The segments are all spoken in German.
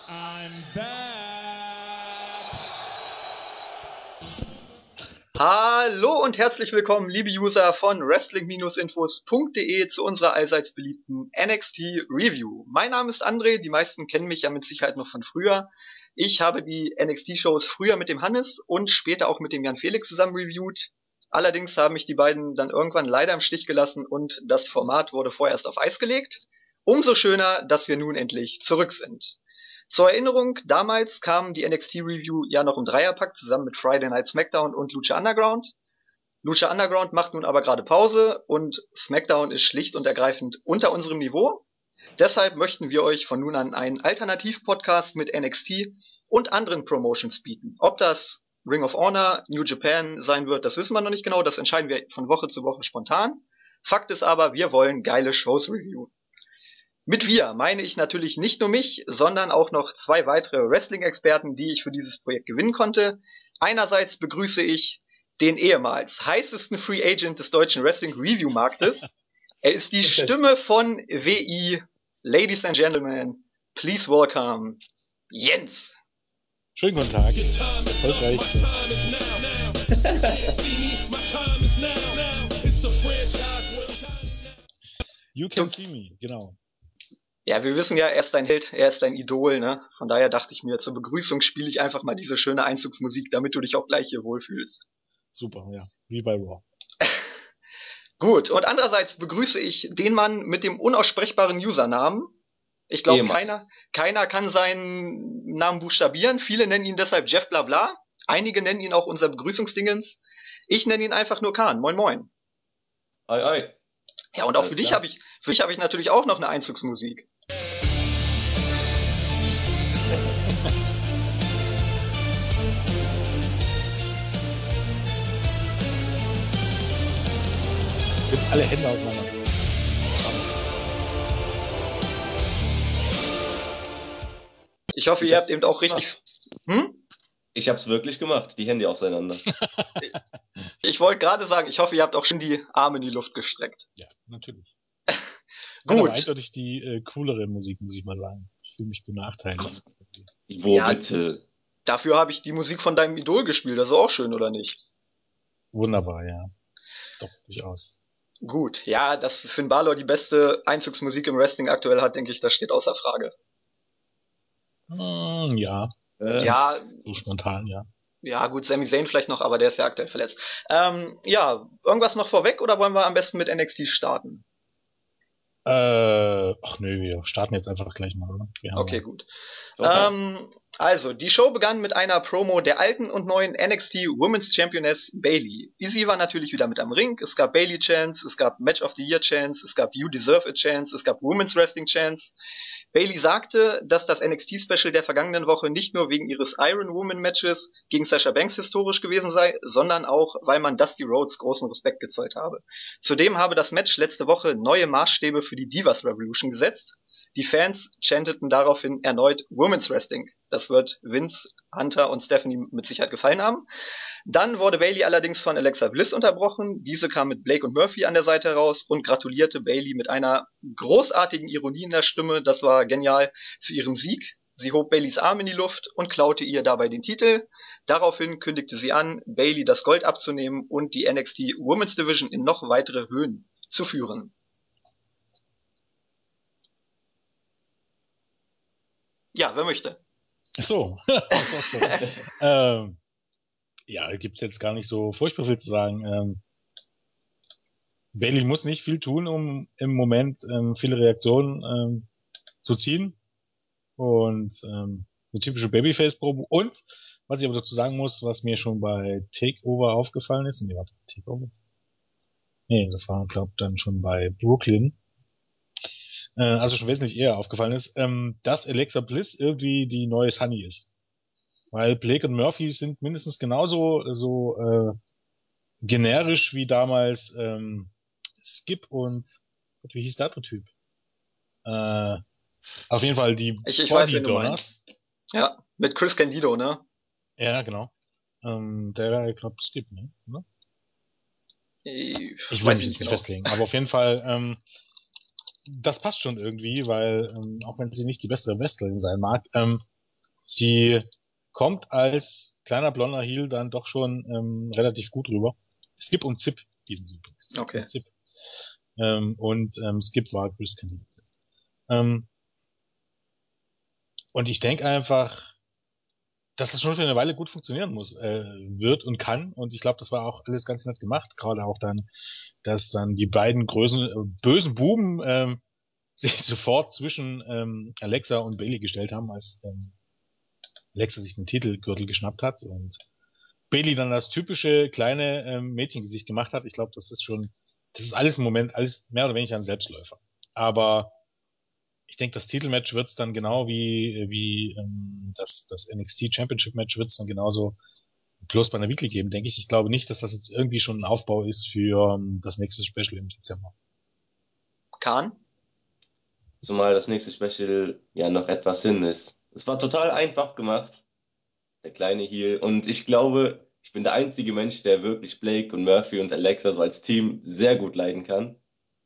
I'm back. Hallo und herzlich willkommen, liebe User von Wrestling-Infos.de zu unserer allseits beliebten NXT Review. Mein Name ist André, die meisten kennen mich ja mit Sicherheit noch von früher. Ich habe die NXT-Shows früher mit dem Hannes und später auch mit dem Jan Felix zusammen reviewed. Allerdings haben mich die beiden dann irgendwann leider im Stich gelassen und das Format wurde vorerst auf Eis gelegt. Umso schöner, dass wir nun endlich zurück sind. Zur Erinnerung, damals kam die NXT-Review ja noch im Dreierpack zusammen mit Friday Night SmackDown und Lucha Underground. Lucha Underground macht nun aber gerade Pause und SmackDown ist schlicht und ergreifend unter unserem Niveau. Deshalb möchten wir euch von nun an einen Alternativ-Podcast mit NXT und anderen Promotions bieten. Ob das Ring of Honor, New Japan sein wird, das wissen wir noch nicht genau, das entscheiden wir von Woche zu Woche spontan. Fakt ist aber, wir wollen geile Shows reviewen. Mit wir meine ich natürlich nicht nur mich, sondern auch noch zwei weitere Wrestling-Experten, die ich für dieses Projekt gewinnen konnte. Einerseits begrüße ich den ehemals heißesten Free Agent des deutschen Wrestling-Review-Marktes. Er ist die Stimme von WI. Ladies and Gentlemen, please welcome Jens. Schönen guten Tag. Erfolgreich. You can see me, genau. Ja, wir wissen ja, er ist dein Held, er ist dein Idol, ne? Von daher dachte ich mir, zur Begrüßung spiele ich einfach mal diese schöne Einzugsmusik, damit du dich auch gleich hier wohlfühlst. Super, ja. Wie bei Raw. Gut, und andererseits begrüße ich den Mann mit dem unaussprechbaren Usernamen. Ich glaube, keiner kann seinen Namen buchstabieren. Viele nennen ihn deshalb Jeff Blabla. Einige nennen ihn auch unser Begrüßungsdingens. Ich nenne ihn einfach nur Kahn. Moin, moin. Ei, ei. Ja, und auch für dich habe ich natürlich auch noch eine Einzugsmusik. Jetzt alle Hände auseinander. Ich hoffe, ihr habt eben auch richtig... Ich hab's wirklich gemacht, die Hände auseinander. Ich wollte gerade sagen, ich hoffe, ihr habt auch schon die Arme in die Luft gestreckt. Ja, natürlich. Gut. Aber eindeutig die coolere Musik, muss ich mal sagen. Ich fühle mich benachteiligt. Wo ja, bitte? Dafür habe ich die Musik von deinem Idol gespielt. Das ist auch schön, oder nicht? Wunderbar, ja. Doch, durchaus. Gut, ja, dass Finn Balor die beste Einzugsmusik im Wrestling aktuell hat, denke ich, das steht außer Frage. Ja. Ja. So spontan, ja. Ja, gut, Sami Zayn vielleicht noch, aber der ist ja aktuell verletzt. Ja, irgendwas noch vorweg oder wollen wir am besten mit NXT starten? Ach nö, wir starten jetzt einfach gleich mal, oder? Okay, gut. Also, die Show begann mit einer Promo der alten und neuen NXT Women's Championess Bayley. Sie war natürlich wieder mit am Ring. Es gab Bayley Chance, es gab Match of the Year Chance, es gab You Deserve a Chance, es gab Women's Wrestling Chance. Bayley sagte, dass das NXT-Special der vergangenen Woche nicht nur wegen ihres Iron Woman-Matches gegen Sasha Banks historisch gewesen sei, sondern auch, weil man Dusty Rhodes großen Respekt gezollt habe. Zudem habe das Match letzte Woche neue Maßstäbe für die Divas Revolution gesetzt. Die Fans chanteten daraufhin erneut Women's Wrestling. Das wird Vince, Hunter und Stephanie mit Sicherheit gefallen haben. Dann wurde Bayley allerdings von Alexa Bliss unterbrochen. Diese kam mit Blake und Murphy an der Seite heraus und gratulierte Bayley mit einer großartigen Ironie in der Stimme, das war genial, zu ihrem Sieg. Sie hob Baileys Arm in die Luft und klaute ihr dabei den Titel. Daraufhin kündigte sie an, Bayley das Gold abzunehmen und die NXT Women's Division in noch weitere Höhen zu führen. Ja, wer möchte? Ach so. Ja, gibt's jetzt gar nicht so furchtbar viel zu sagen. Bayley muss nicht viel tun, um im Moment viele Reaktionen zu ziehen. Und eine typische Babyface-Probe. Und was ich aber dazu sagen muss, was mir schon bei Takeover aufgefallen ist, nee, warte, Takeover? Nee, das war, glaube ich, dann schon bei Brooklyn. Also schon wesentlich eher aufgefallen ist, dass Alexa Bliss irgendwie die neue Sunny ist. Weil Blake und Murphy sind mindestens genauso so generisch wie damals Skip und wie hieß der andere Typ? Auf jeden Fall die Ich weiß, wen du Body-Donners. Ja, mit Chris Candido, ne? Ja, genau. Der war, ich glaube, Skip, ne? Oder? Ich will mich jetzt nicht festlegen, aber auf jeden Fall, das passt schon irgendwie, weil auch wenn sie nicht die bessere Wrestlerin sein mag, sie kommt als kleiner blonder Heel dann doch schon relativ gut rüber. Skip und Zip hießen sie. Skip Okay. und Zip. Skip war Chris Candido. Und ich denke einfach, dass das schon für eine Weile gut funktionieren wird und kann. Und ich glaube, das war auch alles ganz nett gemacht. Gerade auch dann, dass dann die beiden bösen Buben sich sofort zwischen Alexa und Bailey gestellt haben, als Alexa sich den Titelgürtel geschnappt hat und Bailey dann das typische kleine Mädchengesicht gemacht hat. Ich glaube, das ist alles im Moment, alles mehr oder weniger ein Selbstläufer. Aber ich denke, das Titelmatch wird's dann genau wie das NXT Championship Match wird's dann genauso bloß bei einer Weekly geben, denke ich. Ich glaube nicht, dass das jetzt irgendwie schon ein Aufbau ist für das nächste Special im Dezember. Kahn? Zumal das nächste Special ja noch etwas hin ist. Es war total einfach gemacht, der kleine Heel. Und ich glaube, ich bin der einzige Mensch, der wirklich Blake und Murphy und Alexa so als Team sehr gut leiden kann.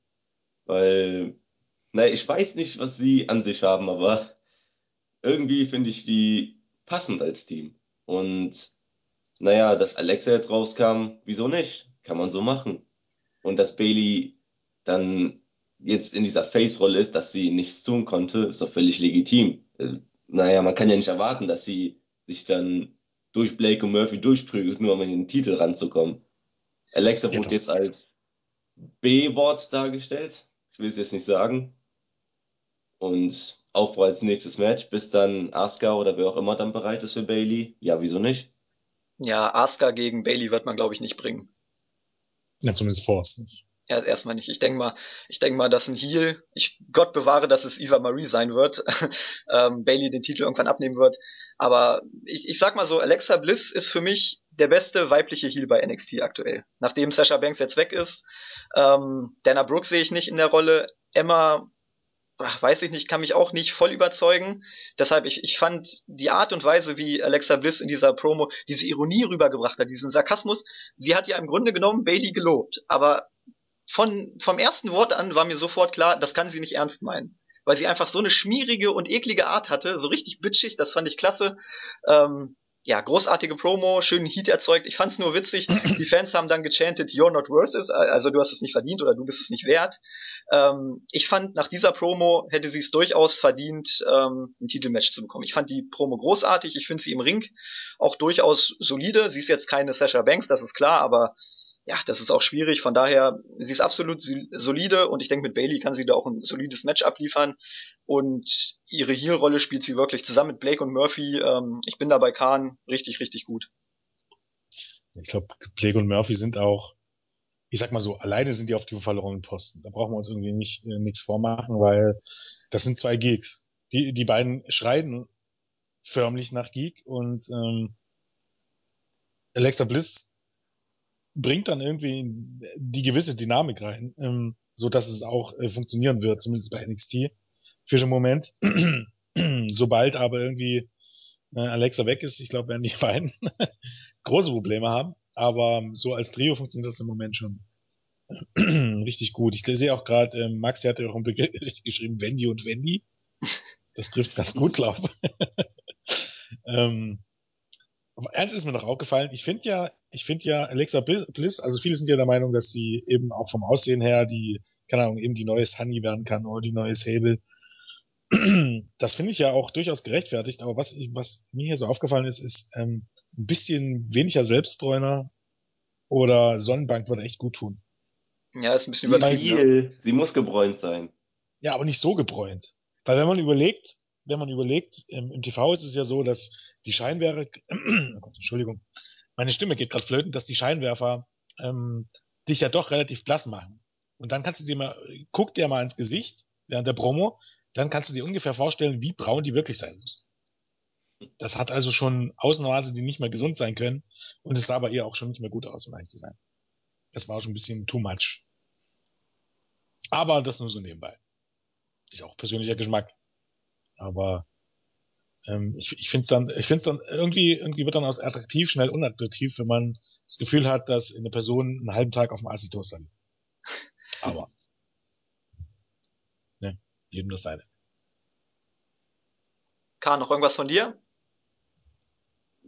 Weil, naja, ich weiß nicht, was sie an sich haben, aber irgendwie finde ich die passend als Team. Und naja, dass Alexa jetzt rauskam, wieso nicht? Kann man so machen. Und dass Bailey dann jetzt in dieser Face-Rolle ist, dass sie nichts tun konnte, ist doch völlig legitim. Naja, man kann ja nicht erwarten, dass sie sich dann durch Blake und Murphy durchprügelt, nur um in den Titel ranzukommen. Alexa Ja, wurde jetzt als B-Wort dargestellt. Ich will es jetzt nicht sagen. Und Aufbau als nächstes Match, bis dann Asuka oder wer auch immer dann bereit ist für Bailey. Ja, wieso nicht? Ja, Asuka gegen Bailey wird man, glaube ich, nicht bringen. ja, zumindest Force. Ja, erstmal nicht. Ich denk mal, dass ein Heel, Gott bewahre, dass es Eva Marie sein wird, Bailey den Titel irgendwann abnehmen wird. Aber ich sag mal so, Alexa Bliss ist für mich der beste weibliche Heel bei NXT aktuell. Nachdem Sasha Banks jetzt weg ist, Dana Brooke sehe ich nicht in der Rolle. Emma, weiß ich nicht, kann mich auch nicht voll überzeugen. Deshalb, ich fand die Art und Weise, wie Alexa Bliss in dieser Promo diese Ironie rübergebracht hat, diesen Sarkasmus, sie hat ja im Grunde genommen Bailey gelobt. Aber vom ersten Wort an war mir sofort klar, das kann sie nicht ernst meinen. Weil sie einfach so eine schmierige und eklige Art hatte, so richtig bitchig, das fand ich klasse. Ja, großartige Promo, schönen Heat erzeugt. Ich fand's nur witzig, die Fans haben dann gechantet, you're not worth it, also du hast es nicht verdient oder du bist es nicht wert. Ich fand, nach dieser Promo hätte sie es durchaus verdient, ein Titelmatch zu bekommen. Ich fand die Promo großartig, ich finde sie im Ring auch durchaus solide. Sie ist jetzt keine Sasha Banks, das ist klar, aber ja, das ist auch schwierig. Von daher, sie ist absolut solide und ich denke, mit Bailey kann sie da auch ein solides Match abliefern. Und ihre Heel-Rolle spielt sie wirklich zusammen mit Blake und Murphy. Ich bin da bei Khan richtig, richtig gut. Ich glaube, Blake und Murphy sind auch, ich sag mal so, alleine sind die auf dem verlorenen Posten. Da brauchen wir uns irgendwie nicht nichts vormachen, weil das sind zwei Geeks. Die beiden schreien förmlich nach Geek und Alexa Bliss bringt dann irgendwie die gewisse Dynamik rein, so dass es auch funktionieren wird, zumindest bei NXT für den Moment. Sobald aber irgendwie Alexa weg ist, ich glaube, werden die beiden große Probleme haben. Aber so als Trio funktioniert das im Moment schon richtig gut. Ich sehe auch gerade, Maxi hat ja auch richtig geschrieben, Wendy und Wendy. Das trifft's ganz gut, glaube ich. ähm, aber eins ist mir noch aufgefallen, ich finde ja Alexa Bliss, also viele sind ja der Meinung, dass sie eben auch vom Aussehen her keine Ahnung, eben die neue Sunny werden kann oder die neue Sable. Das finde ich ja auch durchaus gerechtfertigt, aber was mir hier so aufgefallen ist ein bisschen weniger Selbstbräuner oder Sonnenbank würde echt gut tun. Ja, ist ein bisschen Wie übertrieben, ne? viel? Sie muss gebräunt sein. Ja, aber nicht so gebräunt. Weil wenn man überlegt, im TV ist es ja so, dass die Scheinwerfer, oh Gott, Entschuldigung, meine Stimme geht gerade flöten, dass die Scheinwerfer dich ja doch relativ blass machen. Und dann guck dir mal ins Gesicht während der Promo, dann kannst du dir ungefähr vorstellen, wie braun die wirklich sein muss. Das hat also schon Außenmaße, die nicht mehr gesund sein können. Und es sah aber ihr auch schon nicht mehr gut aus, um ehrlich zu sein. Es war schon ein bisschen too much. Aber das nur so nebenbei. Ist auch persönlicher Geschmack. Aber ich find's dann irgendwie wird dann aus attraktiv schnell unattraktiv, wenn man das Gefühl hat, dass eine Person einen halben Tag auf dem Assi-Toaster liegt. Aber, ne, jedem das seine. Khan, noch irgendwas von dir?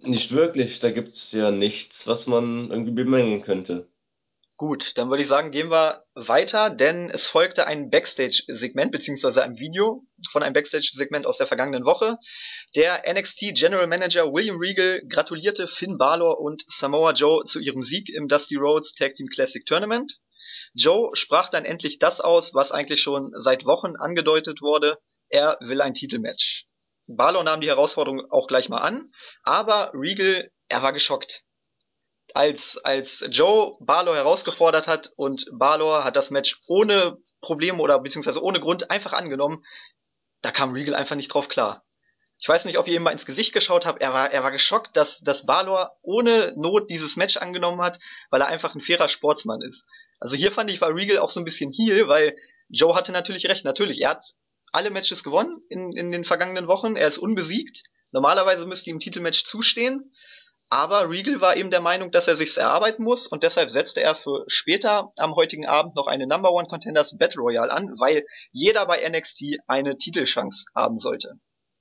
Nicht wirklich, da gibt's ja nichts, was man irgendwie bemängeln könnte. Gut, dann würde ich sagen, gehen wir weiter, denn es folgte ein Backstage-Segment beziehungsweise ein Video von einem Backstage-Segment aus der vergangenen Woche. Der NXT General Manager William Regal gratulierte Finn Balor und Samoa Joe zu ihrem Sieg im Dusty Rhodes Tag Team Classic Tournament. Joe sprach dann endlich das aus, was eigentlich schon seit Wochen angedeutet wurde. Er will ein Titelmatch. Balor nahm die Herausforderung auch gleich mal an, aber Regal, er war geschockt. Als Joe Balor herausgefordert hat und Balor hat das Match ohne Probleme oder beziehungsweise ohne Grund einfach angenommen, da kam Regal einfach nicht drauf klar. Ich weiß nicht, ob ihr ihm mal ins Gesicht geschaut habt. Er war geschockt, dass Balor ohne Not dieses Match angenommen hat, weil er einfach ein fairer Sportsmann ist. Also hier fand ich, war Regal auch so ein bisschen Heel, weil Joe hatte natürlich recht. Natürlich, er hat alle Matches gewonnen in den vergangenen Wochen. Er ist unbesiegt. Normalerweise müsste ihm ein Titelmatch zustehen. Aber Regal war eben der Meinung, dass er sich's erarbeiten muss und deshalb setzte er für später am heutigen Abend noch eine Number One Contenders Battle Royale an, weil jeder bei NXT eine Titelchance haben sollte.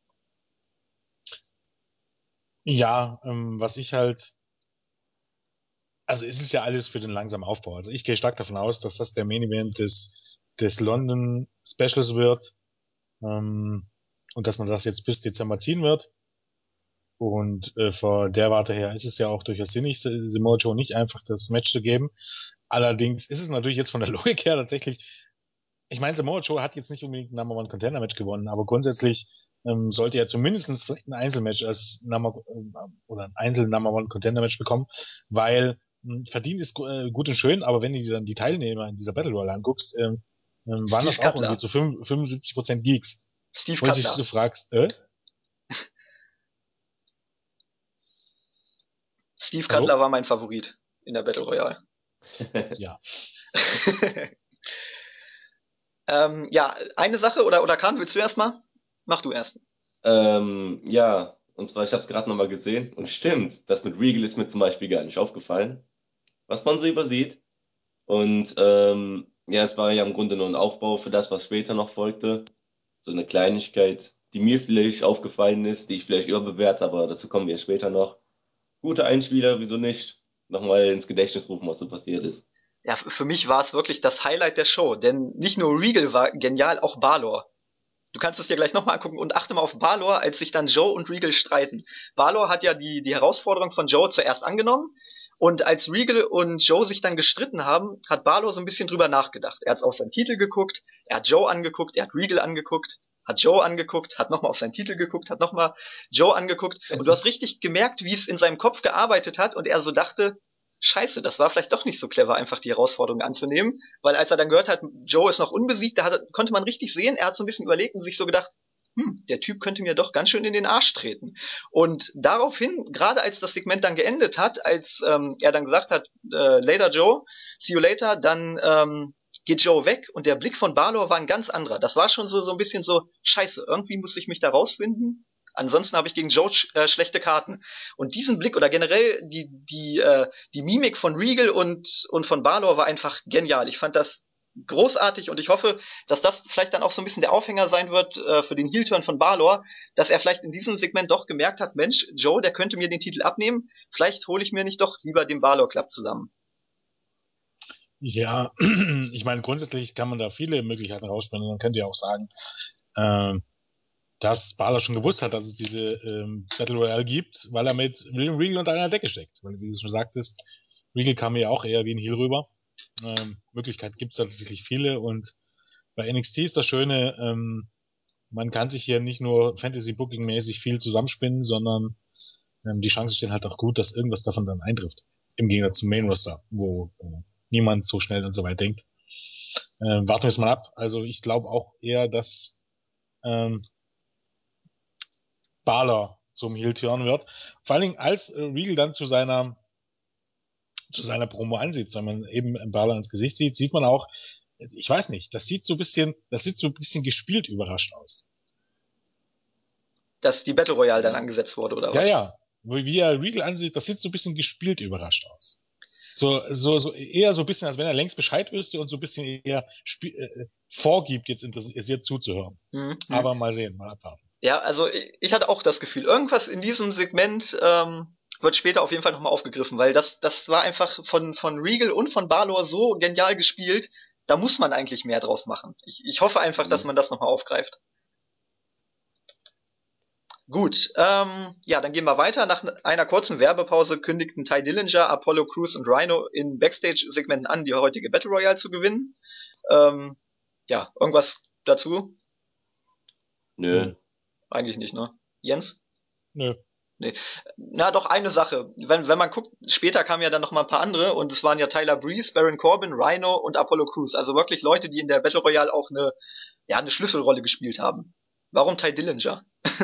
Ja, was ich halt, also es ist ja alles für den langsamen Aufbau. Also ich gehe stark davon aus, dass das der Main Event des London Specials wird, ähm, und dass man das jetzt bis Dezember ziehen wird. Und vor der Warte her ist es ja auch durchaus sinnig, Samoa Joe nicht einfach das Match zu geben. Allerdings ist es natürlich jetzt von der Logik her tatsächlich, ich meine, Samoa Joe hat jetzt nicht unbedingt ein Number One Contender Match gewonnen, aber grundsätzlich sollte er zumindest vielleicht ein Einzelmatch oder ein Einzel Number One Contender Match bekommen, weil verdient ist gut und schön, aber wenn du dir dann die Teilnehmer in dieser Battle Royale anguckst, waren Steve das auch irgendwie Cutler. zu 75% Geeks. Steve Wo du dich so Cutler. fragst, Steve Cutler hallo? war mein Favorit in der Battle Royale. Ja. Ja, eine Sache, oder Kahn, willst du erst mal? Mach du erst. Ja, und zwar, ich habe es gerade nochmal gesehen und stimmt, das mit Regal ist mir zum Beispiel gar nicht aufgefallen, was man so übersieht. Und ja, es war ja im Grunde nur ein Aufbau für das, was später noch folgte. So eine Kleinigkeit, die mir vielleicht aufgefallen ist, die ich vielleicht überbewerte, aber dazu kommen wir ja später noch. Gute Einspieler, wieso nicht? Nochmal ins Gedächtnis rufen, was so passiert ist. Ja, für mich war es wirklich das Highlight der Show, denn nicht nur Regal war genial, auch Balor. Du kannst es dir gleich nochmal angucken und achte mal auf Balor, als sich dann Joe und Regal streiten. Balor hat ja die Herausforderung von Joe zuerst angenommen und als Regal und Joe sich dann gestritten haben, hat Balor so ein bisschen drüber nachgedacht. Er hat auf seinen Titel geguckt, er hat Joe angeguckt, er hat Regal angeguckt, hat Joe angeguckt, hat nochmal auf seinen Titel geguckt, hat nochmal Joe angeguckt und du hast richtig gemerkt, wie es in seinem Kopf gearbeitet hat und er so dachte, Scheiße, das war vielleicht doch nicht so clever, einfach die Herausforderung anzunehmen. Weil als er dann gehört hat, Joe ist noch unbesiegt, konnte man richtig sehen, er hat so ein bisschen überlegt und sich so gedacht, der Typ könnte mir doch ganz schön in den Arsch treten. Und daraufhin, gerade als das Segment dann geendet hat, als er dann gesagt hat, later Joe, see you later, dann geht Joe weg und der Blick von Balor war ein ganz anderer. Das war schon so ein bisschen so, scheiße, irgendwie muss ich mich da rausfinden. Ansonsten habe ich gegen Joe schlechte Karten. Und diesen Blick oder generell die Mimik von Regal und von Balor war einfach genial. Ich fand das großartig und ich hoffe, dass das vielleicht dann auch so ein bisschen der Aufhänger sein wird für den Heel-Turn von Balor, dass er vielleicht in diesem Segment doch gemerkt hat, Mensch, Joe, der könnte mir den Titel abnehmen, vielleicht hole ich mir nicht doch lieber den Balor Club zusammen. Ja, ich meine, grundsätzlich kann man da viele Möglichkeiten rausspielen. Man könnte ja auch sagen, ähm, dass Balor schon gewusst hat, dass es diese Battle Royale gibt, weil er mit William Regal unter einer Decke steckt. Weil, wie du schon sagtest, Regal kam mir ja auch eher wie ein Heel rüber. Möglichkeiten gibt es da tatsächlich viele. Und bei NXT ist das Schöne, man kann sich hier nicht nur Fantasy-Booking-mäßig viel zusammenspinnen, sondern die Chancen stehen halt auch gut, dass irgendwas davon dann eintrifft. Im Gegensatz zum Main Roster, wo niemand so schnell und so weit denkt. Warten wir es mal ab. Also ich glaube auch eher, dass ähm, Balor zum Heel turnen wird. Vor allen Dingen, als Regal dann zu seiner Promo ansieht, wenn man eben Balor ins Gesicht sieht, sieht man auch, ich weiß nicht, das sieht so ein bisschen gespielt überrascht aus. Dass die Battle Royale dann Mhm. angesetzt wurde, oder Ja, was? ja. Wie er Regal ansieht, das sieht so ein bisschen gespielt überrascht aus. So eher so ein bisschen, als wenn er längst Bescheid wüsste und so ein bisschen eher vorgibt, jetzt interessiert zuzuhören. Mhm. Aber mal sehen, mal abwarten. Ja, also ich hatte auch das Gefühl, irgendwas in diesem Segment wird später auf jeden Fall nochmal aufgegriffen, weil das war einfach von Regal und von Balor so genial gespielt, da muss man eigentlich mehr draus machen. Ich hoffe einfach, dass man das nochmal aufgreift. Gut, ja, dann gehen wir weiter. Nach einer kurzen Werbepause kündigten Ty Dillinger, Apollo Crews und Rhino in Backstage-Segmenten an, die heutige Battle Royale zu gewinnen. Ja, irgendwas dazu? Nö. Eigentlich nicht, ne? Jens? Nö. Nee. Na, doch eine Sache. Wenn man guckt, später kamen ja dann noch mal ein paar andere und es waren ja Tyler Breeze, Baron Corbin, Rhino und Apollo Crews. Also wirklich Leute, die in der Battle Royale auch eine Schlüsselrolle gespielt haben. Warum Ty Dillinger?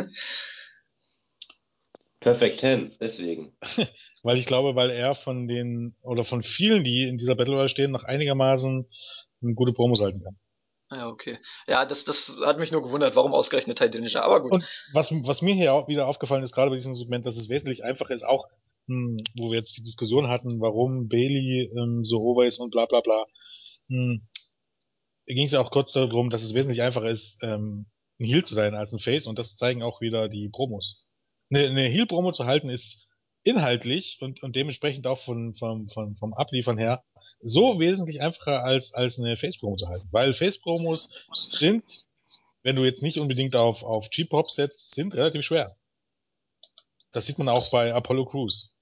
Perfect 10, deswegen. Weil ich glaube, weil er von von vielen, die in dieser Battle Royale stehen, noch einigermaßen gute Promos halten kann. Ja, okay. Ja, das hat mich nur gewundert, warum ausgerechnet Ty Dillinger. Aber gut. Und was mir hier auch wieder aufgefallen ist, gerade bei diesem Segment, dass es wesentlich einfacher ist, auch wo wir jetzt die Diskussion hatten, warum Bailey so over ist und bla bla bla, ging es ja auch kurz darum, dass es wesentlich einfacher ist, ein Heel zu sein als ein Face, und das zeigen auch wieder die Promos. Eine Heel-Promo zu halten ist inhaltlich und dementsprechend auch vom Abliefern her so wesentlich einfacher als eine Face-Promo zu halten. Weil Face-Promos sind, wenn du jetzt nicht unbedingt auf G-Pop setzt, sind relativ schwer. Das sieht man auch bei Apollo Crews.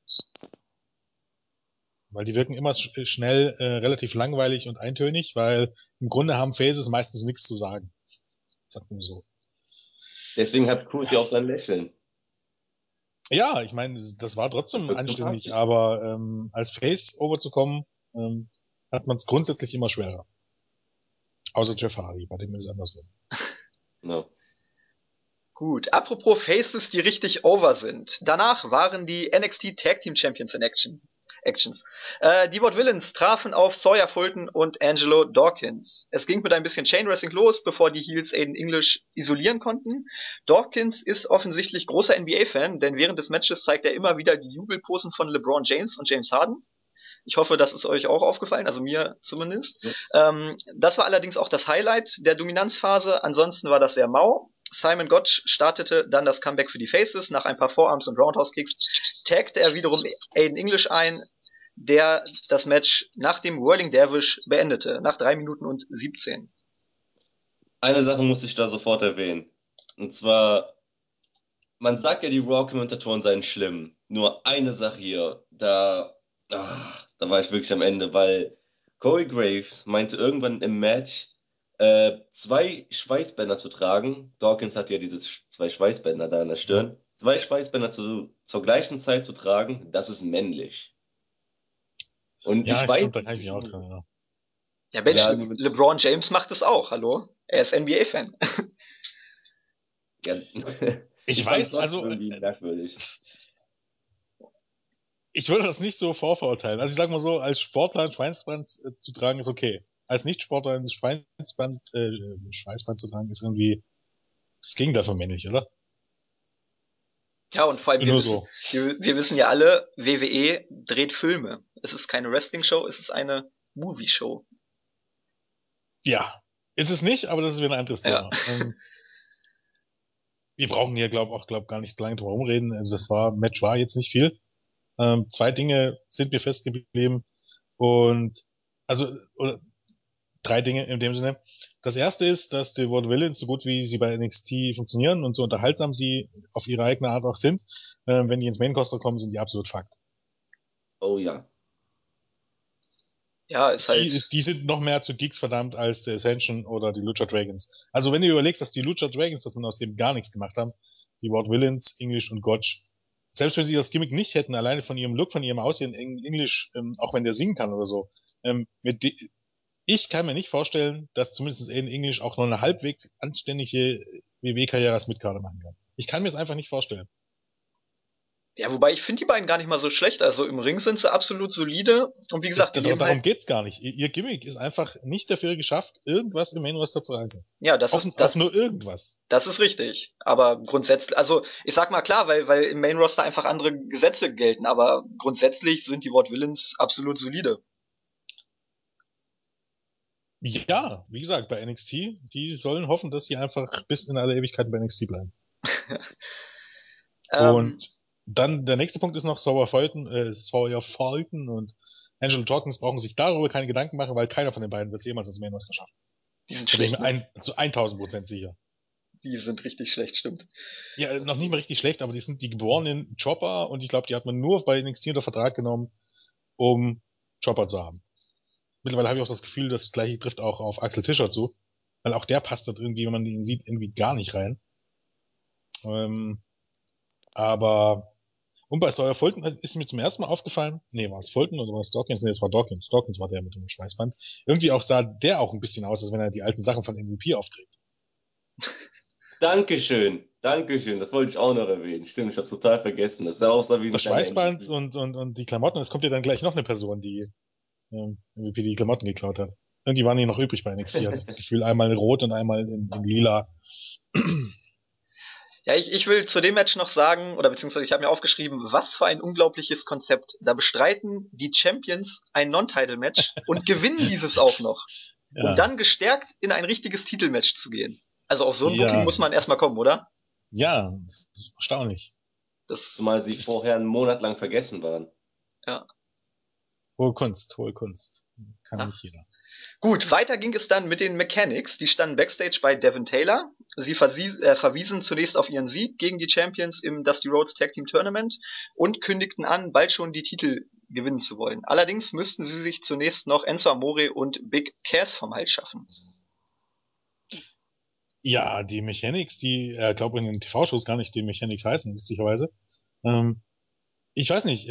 Weil die wirken immer schnell relativ langweilig und eintönig, weil im Grunde haben Faces meistens nichts zu sagen. Sagt man so. Deswegen hat Cruz ja auch sein Lächeln. Ja, ich meine, das war Das trotzdem wird anständig, sympathisch. aber als Face overzukommen, hat man es grundsätzlich immer schwerer. Außer Jeff Hardy, bei dem ist es andersrum. No. Gut, apropos Faces, die richtig over sind. Danach waren die NXT Tag Team Champions in Actions. Die Vaudevillains trafen auf Sawyer Fulton und Angelo Dawkins. Es ging mit ein bisschen Chain Wrestling los, bevor die Heels Aiden English isolieren konnten. Dawkins ist offensichtlich großer NBA-Fan, denn während des Matches zeigt er immer wieder die Jubelposen von LeBron James und James Harden. Ich hoffe, das ist euch auch aufgefallen, also mir zumindest. Ja. Das war allerdings auch das Highlight der Dominanzphase. Ansonsten war das sehr mau. Simon Gotch startete dann das Comeback für die Faces. Nach ein paar Forearms und Roundhouse-Kicks taggte er wiederum Aiden English ein, der das Match nach dem Whirling Dervish beendete, nach 3 Minuten und 17. Eine Sache muss ich da sofort erwähnen. Und zwar, man sagt ja, die Raw-Kommentatoren seien schlimm. Nur eine Sache hier, da war ich wirklich am Ende, weil Corey Graves meinte irgendwann im Match, zwei Schweißbänder zu tragen. Dawkins hat ja zwei Schweißbänder da in der Stirn. Zwei Schweißbänder zur gleichen Zeit zu tragen, das ist männlich. Und Ja, ich weiß stimmt, da kann ich nicht, mich auch dran erinnern. Ja, Mensch, ja, LeBron James macht es auch, hallo? Er ist NBA-Fan. ja, Ich ich fand es weiß, trotzdem also, irgendwie merkwürdig. ich würde das nicht so vorverurteilen. Also ich sag mal so, als Sportler ein Schweißband zu tragen ist okay. Als Nicht-Sportler ein Schweißband zu tragen ist irgendwie das Gegenteil von männlich, oder? Ja, und vor allem, Nur so. wir wissen ja alle, WWE dreht Filme. Es ist keine Wrestling-Show, es ist eine Movie-Show. Ja, ist es nicht, aber das ist wieder ein anderes Ja. Thema. Wir brauchen hier, glaub gar nicht lange drum reden. Also Match war jetzt nicht viel. Zwei Dinge sind mir festgeblieben und also oder drei Dinge in dem Sinne. Das erste ist, dass die Vaudevillains, so gut wie sie bei NXT funktionieren und so unterhaltsam sie auf ihre eigene Art auch sind, wenn die ins Main Roster kommen, sind die absolut Fakt. Oh ja. Ja, ist halt. Die sind noch mehr zu Geeks verdammt als der Ascension oder die Lucha Dragons. Also wenn du überlegst, dass die Lucha Dragons, dass man aus dem gar nichts gemacht haben, die Vaudevillains, English und Gotch, selbst wenn sie das Gimmick nicht hätten, alleine von ihrem Look, von ihrem Aussehen, English, auch wenn der singen kann oder so, ich kann mir nicht vorstellen, dass zumindest Aiden English auch noch eine halbwegs anständige WWE-Karriere als Mitkader machen kann. Ich kann mir es einfach nicht vorstellen. Ja, wobei ich finde die beiden gar nicht mal so schlecht. Also im Ring sind sie absolut solide. Und wie gesagt, die leben halt. Darum geht's gar nicht. Ihr Gimmick ist einfach nicht dafür geschafft, irgendwas im Main Roster zu reißen. Ja, Auch nur irgendwas. das ist richtig. Aber grundsätzlich, also ich sag mal klar, weil im Main Roster einfach andere Gesetze gelten. Aber grundsätzlich sind die Vaudevillains absolut solide. Ja, wie gesagt, bei NXT, die sollen hoffen, dass sie einfach bis in alle Ewigkeit bei NXT bleiben. Und dann der nächste Punkt ist noch Sawyer Fulton und Angelo Dawkins brauchen sich darüber keine Gedanken machen, weil keiner von den beiden wird es jemals ins Main Roster schaffen. Die sind Da bin ich schlecht, mir zu 1000% sicher. Die sind richtig schlecht, stimmt. Ja, noch nicht mal richtig schlecht, aber die sind die geborenen Chopper und ich glaube, die hat man nur bei NXT unter Vertrag genommen, um Chopper zu haben. Mittlerweile habe ich auch das Gefühl, das gleiche trifft auch auf Axel Tischer zu, weil auch der passt dort irgendwie, wenn man ihn sieht, irgendwie gar nicht rein. Aber und bei Sawyer Fulton ist mir zum ersten Mal aufgefallen, nee, war es Fulton oder war es Dawkins? Nee, es war Dawkins. Dawkins war der mit dem Schweißband. Irgendwie auch sah der auch ein bisschen aus, als wenn er die alten Sachen von MVP aufträgt. Dankeschön. Dankeschön. Das wollte ich auch noch erwähnen. Stimmt, ich hab's total vergessen. Das sah aus wie ein Das kleiner Schweißband MVP. und die Klamotten, es kommt ja dann gleich noch eine Person, die MVP die Klamotten geklaut hat. Und die waren hier noch übrig bei NXT, hatte ich das Gefühl. Einmal in Rot und einmal in Lila. Ja, ich will zu dem Match noch sagen, oder beziehungsweise ich habe mir aufgeschrieben, was für ein unglaubliches Konzept. Da bestreiten die Champions ein Non-Title-Match und gewinnen dieses auch noch. Um Ja, dann gestärkt in ein richtiges Titelmatch zu gehen. Also auf so ein Booking ja, muss man das erstmal kommen, ist, oder? ja, das ist erstaunlich. Zumal Das sie Das ist vorher einen Monat lang vergessen waren. ja. hohe Kunst, hohe Kunst. Kann Ja. nicht jeder. Gut, weiter ging es dann mit den Mechanics. Die standen backstage bei Devin Taylor. Sie verwiesen zunächst auf ihren Sieg gegen die Champions im Dusty Rhodes Tag Team Tournament und kündigten an, bald schon die Titel gewinnen zu wollen. Allerdings müssten sie sich zunächst noch Enzo Amore und Big Cass vom Hals schaffen. Ja, die Mechanics, die, glaube in den TV-Shows gar nicht die Mechanics heißen, lustigerweise. Ähm, ich weiß nicht,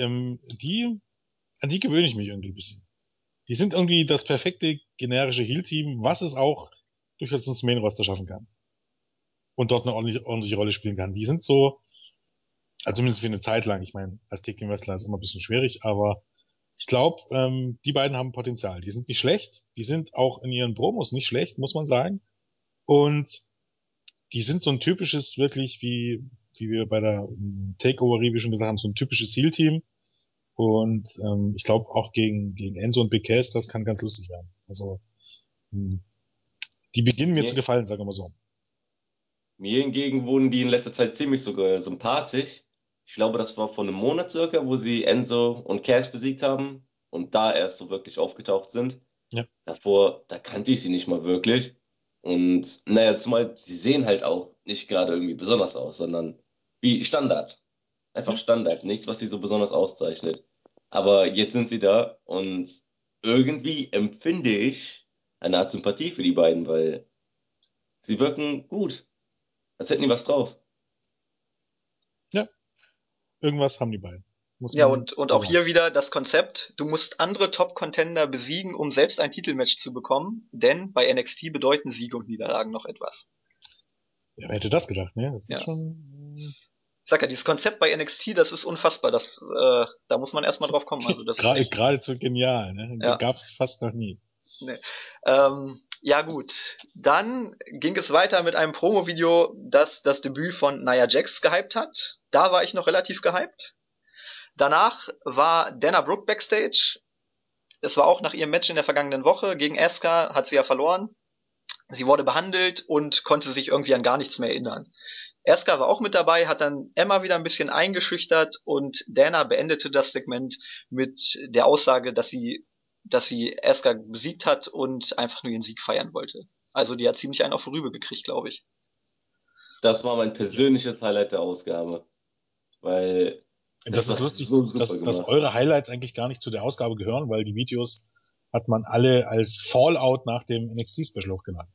an die gewöhne ich mich irgendwie ein bisschen. Die sind irgendwie das perfekte generische Heal-Team, was es auch durchaus ins Main-Roster schaffen kann. Und dort eine ordentliche Rolle spielen kann. Die sind so, also zumindest für eine Zeit lang, ich meine, als Tag-Team-Wrestler ist immer ein bisschen schwierig, aber ich glaube, die beiden haben Potenzial. Die sind nicht schlecht, die sind auch in ihren Promos nicht schlecht, muss man sagen. Und die sind so ein typisches, wirklich, wie wir bei der Takeover-Review schon gesagt haben, so ein typisches Heal-Team. Und ich glaube auch gegen Enzo und Big Cass, das kann ganz lustig werden. Also mh, die beginnen mir zu Mir, gefallen, sagen wir mal so. mir hingegen wurden die in letzter Zeit ziemlich sogar sympathisch. Ich glaube, das war vor einem Monat circa, wo sie Enzo und Cass besiegt haben und da erst so wirklich aufgetaucht sind. Ja, Davor, da kannte ich sie nicht mal wirklich. Und naja, zumal sie sehen halt auch nicht gerade irgendwie besonders aus, sondern wie Standard. Einfach ja, Standard, nichts, was sie so besonders auszeichnet. Aber jetzt sind sie da und irgendwie empfinde ich eine Art Sympathie für die beiden, weil sie wirken gut, als hätten die was drauf. ja. Irgendwas haben die beiden. Muss Ja, man und so auch sagen. hier wieder das Konzept, du musst andere Top-Contender besiegen, um selbst ein Titelmatch zu bekommen, denn bei NXT bedeuten Siege und Niederlagen noch etwas. Ja, wer hätte das gedacht, ne? Das ist Ja. schon Ich sag ja, dieses Konzept bei NXT, das ist unfassbar. Da muss man erstmal drauf kommen. Also das ist echt, geradezu genial, ne? ja. Gab's fast noch nie. Nee. Ja gut, dann ging es weiter mit einem Promo-Video, das das Debüt von Nia Jax gehypt hat. Da war ich noch relativ gehypt. Danach war Dana Brooke backstage. Es war auch nach ihrem Match in der vergangenen Woche gegen Asuka, hat sie ja verloren. Sie wurde behandelt und konnte sich irgendwie an gar nichts mehr erinnern. Asuka war auch mit dabei, hat dann Emma wieder ein bisschen eingeschüchtert und Dana beendete das Segment mit der Aussage, dass sie Asuka besiegt hat und einfach nur ihren Sieg feiern wollte. Also die hat ziemlich einen auf Rübe gekriegt, glaube ich. Das war mein Ja. persönliches Highlight der Ausgabe, weil Das das war ist lustig, so super dass gemacht. eure Highlights eigentlich gar nicht zu der Ausgabe gehören, weil die Videos hat man alle als Fallout nach dem NXT-Special hochgeladen.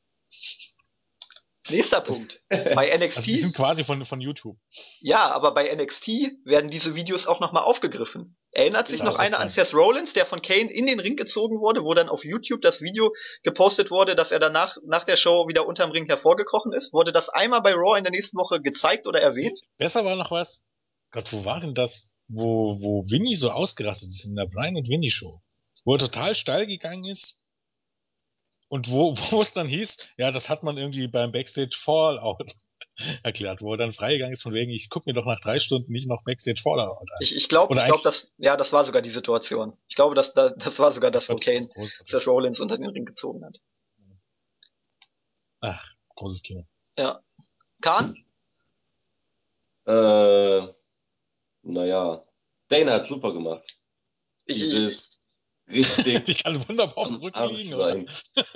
Nächster Punkt. Bei Also die NXT, sind quasi von YouTube. ja, aber bei NXT werden diese Videos auch nochmal aufgegriffen. Erinnert sich Da noch ist was einer an dran. Seth Rollins, der von Kane in den Ring gezogen wurde, wo dann auf YouTube das Video gepostet wurde, dass er danach nach der Show wieder unterm Ring hervorgekrochen ist? Wurde das einmal bei Raw in der nächsten Woche gezeigt oder erwähnt? Besser war noch was. Gott, wo war denn das? Wo Winnie so ausgerastet ist in der Brian und Winnie Show. Wo er total steil gegangen ist und wo es dann hieß, ja, das hat man irgendwie beim Backstage Fallout erklärt, wo er dann freigegangen ist von wegen, ich guck mir doch nach 3 Stunden nicht noch Backstage Fallout an. Ich Oder glaube, eigentlich, das war sogar die Situation. Ich glaube, das war sogar oh das, wo Gott, das Kane ist Seth großartig. Rollins unter den Ring gezogen hat. Ach, großes Kino. Ja. Kahn? Äh, naja, Dana hat super gemacht. Ich, Dieses ich, Die richtig kann wunderbar auf dem am Rücken Arsch liegen, oder? sein.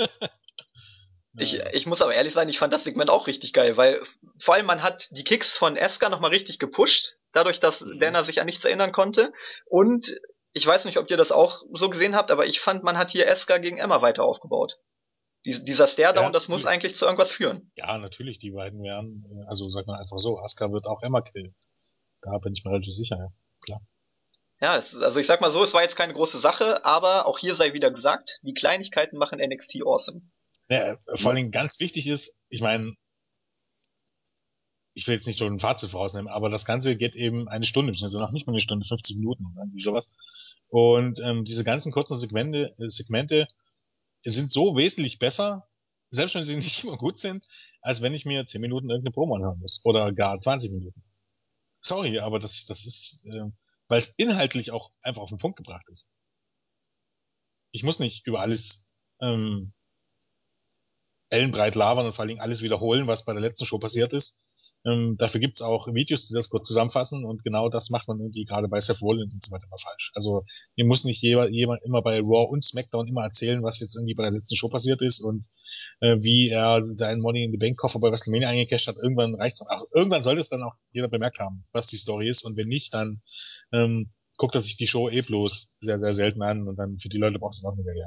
Naja. ich muss aber ehrlich sein, ich fand das Segment auch richtig geil, weil vor allem man hat die Kicks von Asuka nochmal richtig gepusht, dadurch, dass Mhm. Dana sich an nichts erinnern konnte. Und ich weiß nicht, ob ihr das auch so gesehen habt, aber ich fand, man hat hier Asuka gegen Emma weiter aufgebaut. Dieser Ja, Staredown, das muss natürlich. eigentlich zu irgendwas führen. Ja, natürlich, die beiden werden, also sag mal einfach so, Asuka wird auch Emma killen. Da bin ich mir relativ sicher, ja. Klar. Ja, also ich sag mal so, es war jetzt keine große Sache, aber auch hier sei wieder gesagt, die Kleinigkeiten machen NXT awesome. Ja, vor allen Ja. Dingen ganz wichtig ist, ich meine, ich will jetzt nicht schon ein Fazit vorausnehmen, aber das Ganze geht eben eine Stunde, also noch nicht mal eine Stunde, 50 Minuten oder irgendwie sowas. Und diese ganzen kurzen Segmente sind so wesentlich besser, selbst wenn sie nicht immer gut sind, als wenn ich mir 10 Minuten irgendeine Promo anhören muss. Oder gar 20 Minuten. Sorry, aber das ist, weil es inhaltlich auch einfach auf den Punkt gebracht ist. Ich muss nicht über alles ellenbreit labern und vor allen Dingen alles wiederholen, was bei der letzten Show passiert ist. Dafür gibt's auch Videos, die das kurz zusammenfassen und genau das macht man irgendwie gerade bei Seth Rollins und so weiter immer falsch. Also mir muss nicht jemand immer bei Raw und SmackDown immer erzählen, was jetzt irgendwie bei der letzten Show passiert ist und wie er seinen Money in the Bank Koffer bei WrestleMania eingecasht hat. Irgendwann reicht's dann auch. Irgendwann sollte es dann auch jeder bemerkt haben, was die Story ist und wenn nicht, dann guckt er sich die Show eh bloß sehr, sehr selten an und dann für die Leute braucht es auch nicht mehr.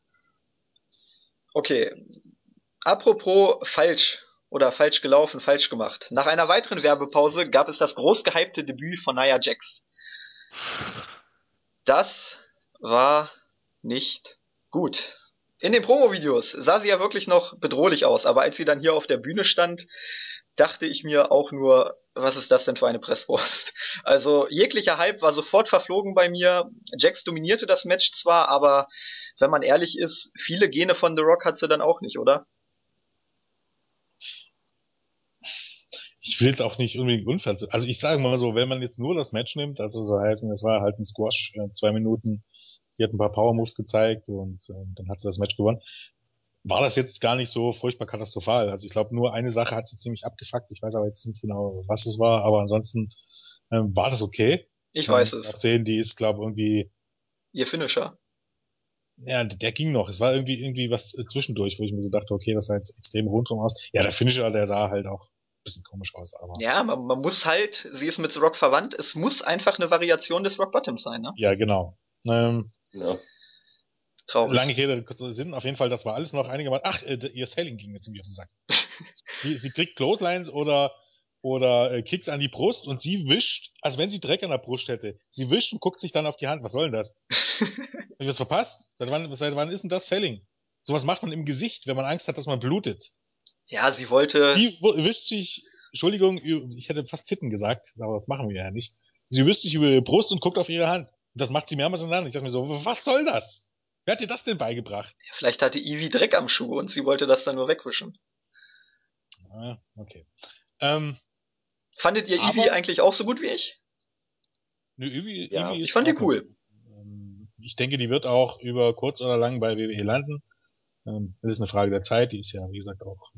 Okay, apropos falsch oder falsch gelaufen, falsch gemacht. Nach einer weiteren Werbepause gab es das groß gehypte Debüt von Nia Jax. Das war nicht gut. In den Promo-Videos sah sie ja wirklich noch bedrohlich aus, aber als sie dann hier auf der Bühne stand, dachte ich mir auch nur, was ist das denn für eine Presswurst? Also jeglicher Hype war sofort verflogen bei mir. Jax dominierte das Match zwar, aber wenn man ehrlich ist, viele Gene von The Rock hat sie dann auch nicht, oder? Ich will jetzt auch nicht unbedingt unfair zu. Also ich sage mal so, wenn man jetzt nur das Match nimmt, also so heißen, es war halt ein Squash, 2 Minuten, die hat ein paar Power Moves gezeigt und dann hat sie das Match gewonnen. War das jetzt gar nicht so furchtbar katastrophal. Also ich glaube, nur eine Sache hat sie ziemlich abgefuckt. Ich weiß aber jetzt nicht genau, was es war, aber ansonsten war das okay. Ich Man weiß muss auch es. sehen, die ist, glaube irgendwie, Ihr Finisher. ja, der ging noch. Es war irgendwie was zwischendurch, wo ich mir so dachte, okay, das sah jetzt extrem rundum aus. Ja, der Finisher, der sah halt auch ein bisschen komisch aus, aber Ja, man muss halt, sie ist mit The Rock verwandt, es muss einfach eine Variation des Rock Bottoms sein, ne? ja, genau. Ja. Lange Traurig. Rede, kurzer Sinn. Auf jeden Fall, das war alles noch einigermaßen. Ach, ihr Selling ging mir ziemlich auf den Sack. Sie kriegt Clotheslines oder Kicks an die Brust und sie wischt, als wenn sie Dreck an der Brust hätte. Sie wischt und guckt sich dann auf die Hand. Was soll denn das? Hab ich was verpasst? Seit wann ist denn das Selling? Sowas macht man im Gesicht, wenn man Angst hat, dass man blutet. Ja, sie wollte, Sie wischt sich, Entschuldigung, ich hätte fast Titten gesagt, aber das machen wir ja nicht. Sie wischt sich über ihre Brust und guckt auf ihre Hand. Und das macht sie mehrmals hintereinander. Ich dachte mir so, was soll das? Wer hat dir das denn beigebracht? vielleicht hatte Ivy Dreck am Schuh und sie wollte das dann nur wegwischen. Ah, okay. Ähm, Fandet ihr Ivy aber eigentlich auch so gut wie ich? ne, Ivy Ja. Ich ist in fand die Ordnung. cool. Ich denke, die wird auch über kurz oder lang bei WWE landen. Das ist eine Frage der Zeit. Die ist ja, wie gesagt, auch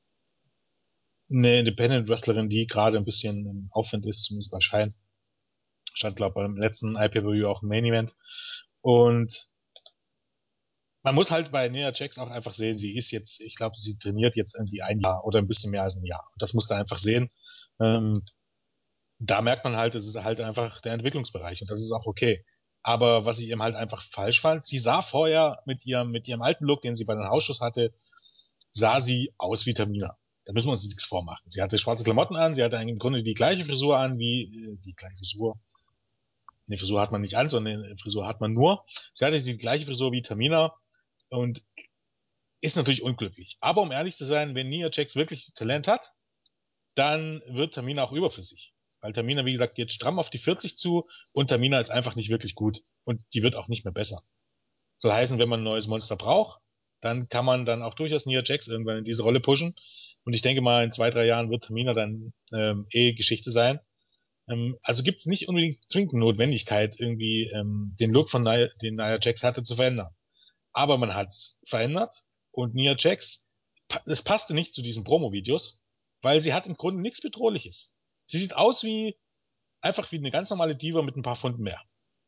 eine Independent-Wrestlerin, die gerade ein bisschen im Aufwind ist, zumindest bei Schein. Stand, glaube ich, beim letzten IPW auch im Main Event. Und man muss halt bei Nia Jax auch einfach sehen, sie ist jetzt, ich glaube, sie trainiert jetzt irgendwie ein Jahr oder ein bisschen mehr als ein Jahr. Und das muss man einfach sehen. Ähm, Da merkt man halt, es ist halt einfach der Entwicklungsbereich und das ist auch okay. Aber was ich eben halt einfach falsch fand, sie sah vorher mit ihrem alten Look, den sie bei den Hausschuss hatte, sah sie aus wie Tamina. Da müssen wir uns nichts vormachen. Sie hatte schwarze Klamotten an, sie hatte im Grunde die gleiche Frisur an wie, die gleiche Frisur. Eine Frisur hat man nicht an, sondern eine Frisur hat man nur. Sie hatte die gleiche Frisur wie Tamina und ist natürlich unglücklich. Aber um ehrlich zu sein, wenn Nia Jax wirklich Talent hat, dann wird Tamina auch überflüssig. Weil Tamina, wie gesagt, geht stramm auf die 40 zu und Tamina ist einfach nicht wirklich gut. Und die wird auch nicht mehr besser. Soll heißen, wenn man ein neues Monster braucht, dann kann man dann auch durchaus Nia Jax irgendwann in diese Rolle pushen. Und ich denke mal, in 2, 3 Jahren wird Tamina dann Geschichte sein. Also gibt es nicht unbedingt zwingend Notwendigkeit, irgendwie den Look von den Nia Jax hatte, zu verändern. Aber man hat es verändert und Nia Jax, es passte nicht zu diesen Promo-Videos, weil sie hat im Grunde nichts Bedrohliches. Sie sieht aus einfach wie eine ganz normale Diva mit ein paar Pfund mehr.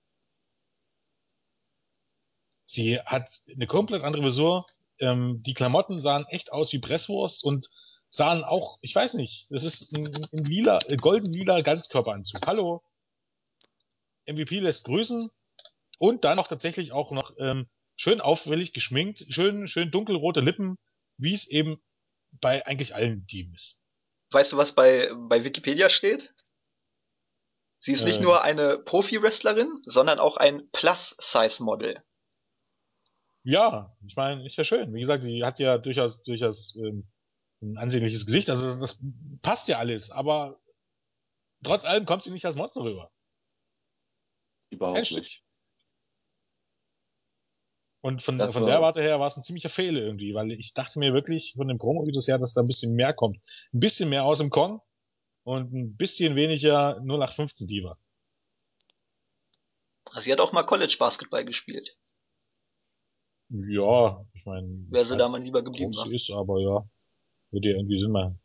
Sie hat eine komplett andere Visur. Die Klamotten sahen echt aus wie Presswurst und sahen auch, ich weiß nicht, das ist ein lila, golden-lila Ganzkörperanzug. Hallo, MVP lässt grüßen und dann noch tatsächlich auch noch schön auffällig geschminkt, schön dunkelrote Lippen, wie es eben bei eigentlich allen Teams ist. Weißt du, was bei Wikipedia steht? Sie ist nicht Ähm, nur eine Profi-Wrestlerin, sondern auch ein Plus-Size-Model. ja, ich meine, ist ja schön. Wie gesagt, sie hat ja durchaus ein ansehnliches Gesicht, also das passt ja alles, aber trotz allem kommt sie nicht als Monster rüber. Kein Überhaupt nicht. Stück. Und Das von der war, Warte her war es ein ziemlicher Fehler irgendwie, weil ich dachte mir wirklich von den Promo-Videos her, dass da ein bisschen mehr kommt. Ein bisschen mehr aus dem Kong und ein bisschen weniger 0815 Diva. Sie hat auch mal College-Basketball gespielt. Ja, ich meine, Wäre ich sie da weiß mal nicht, lieber wie geblieben groß war. sie ist, aber ja, würde ja irgendwie Sinn machen.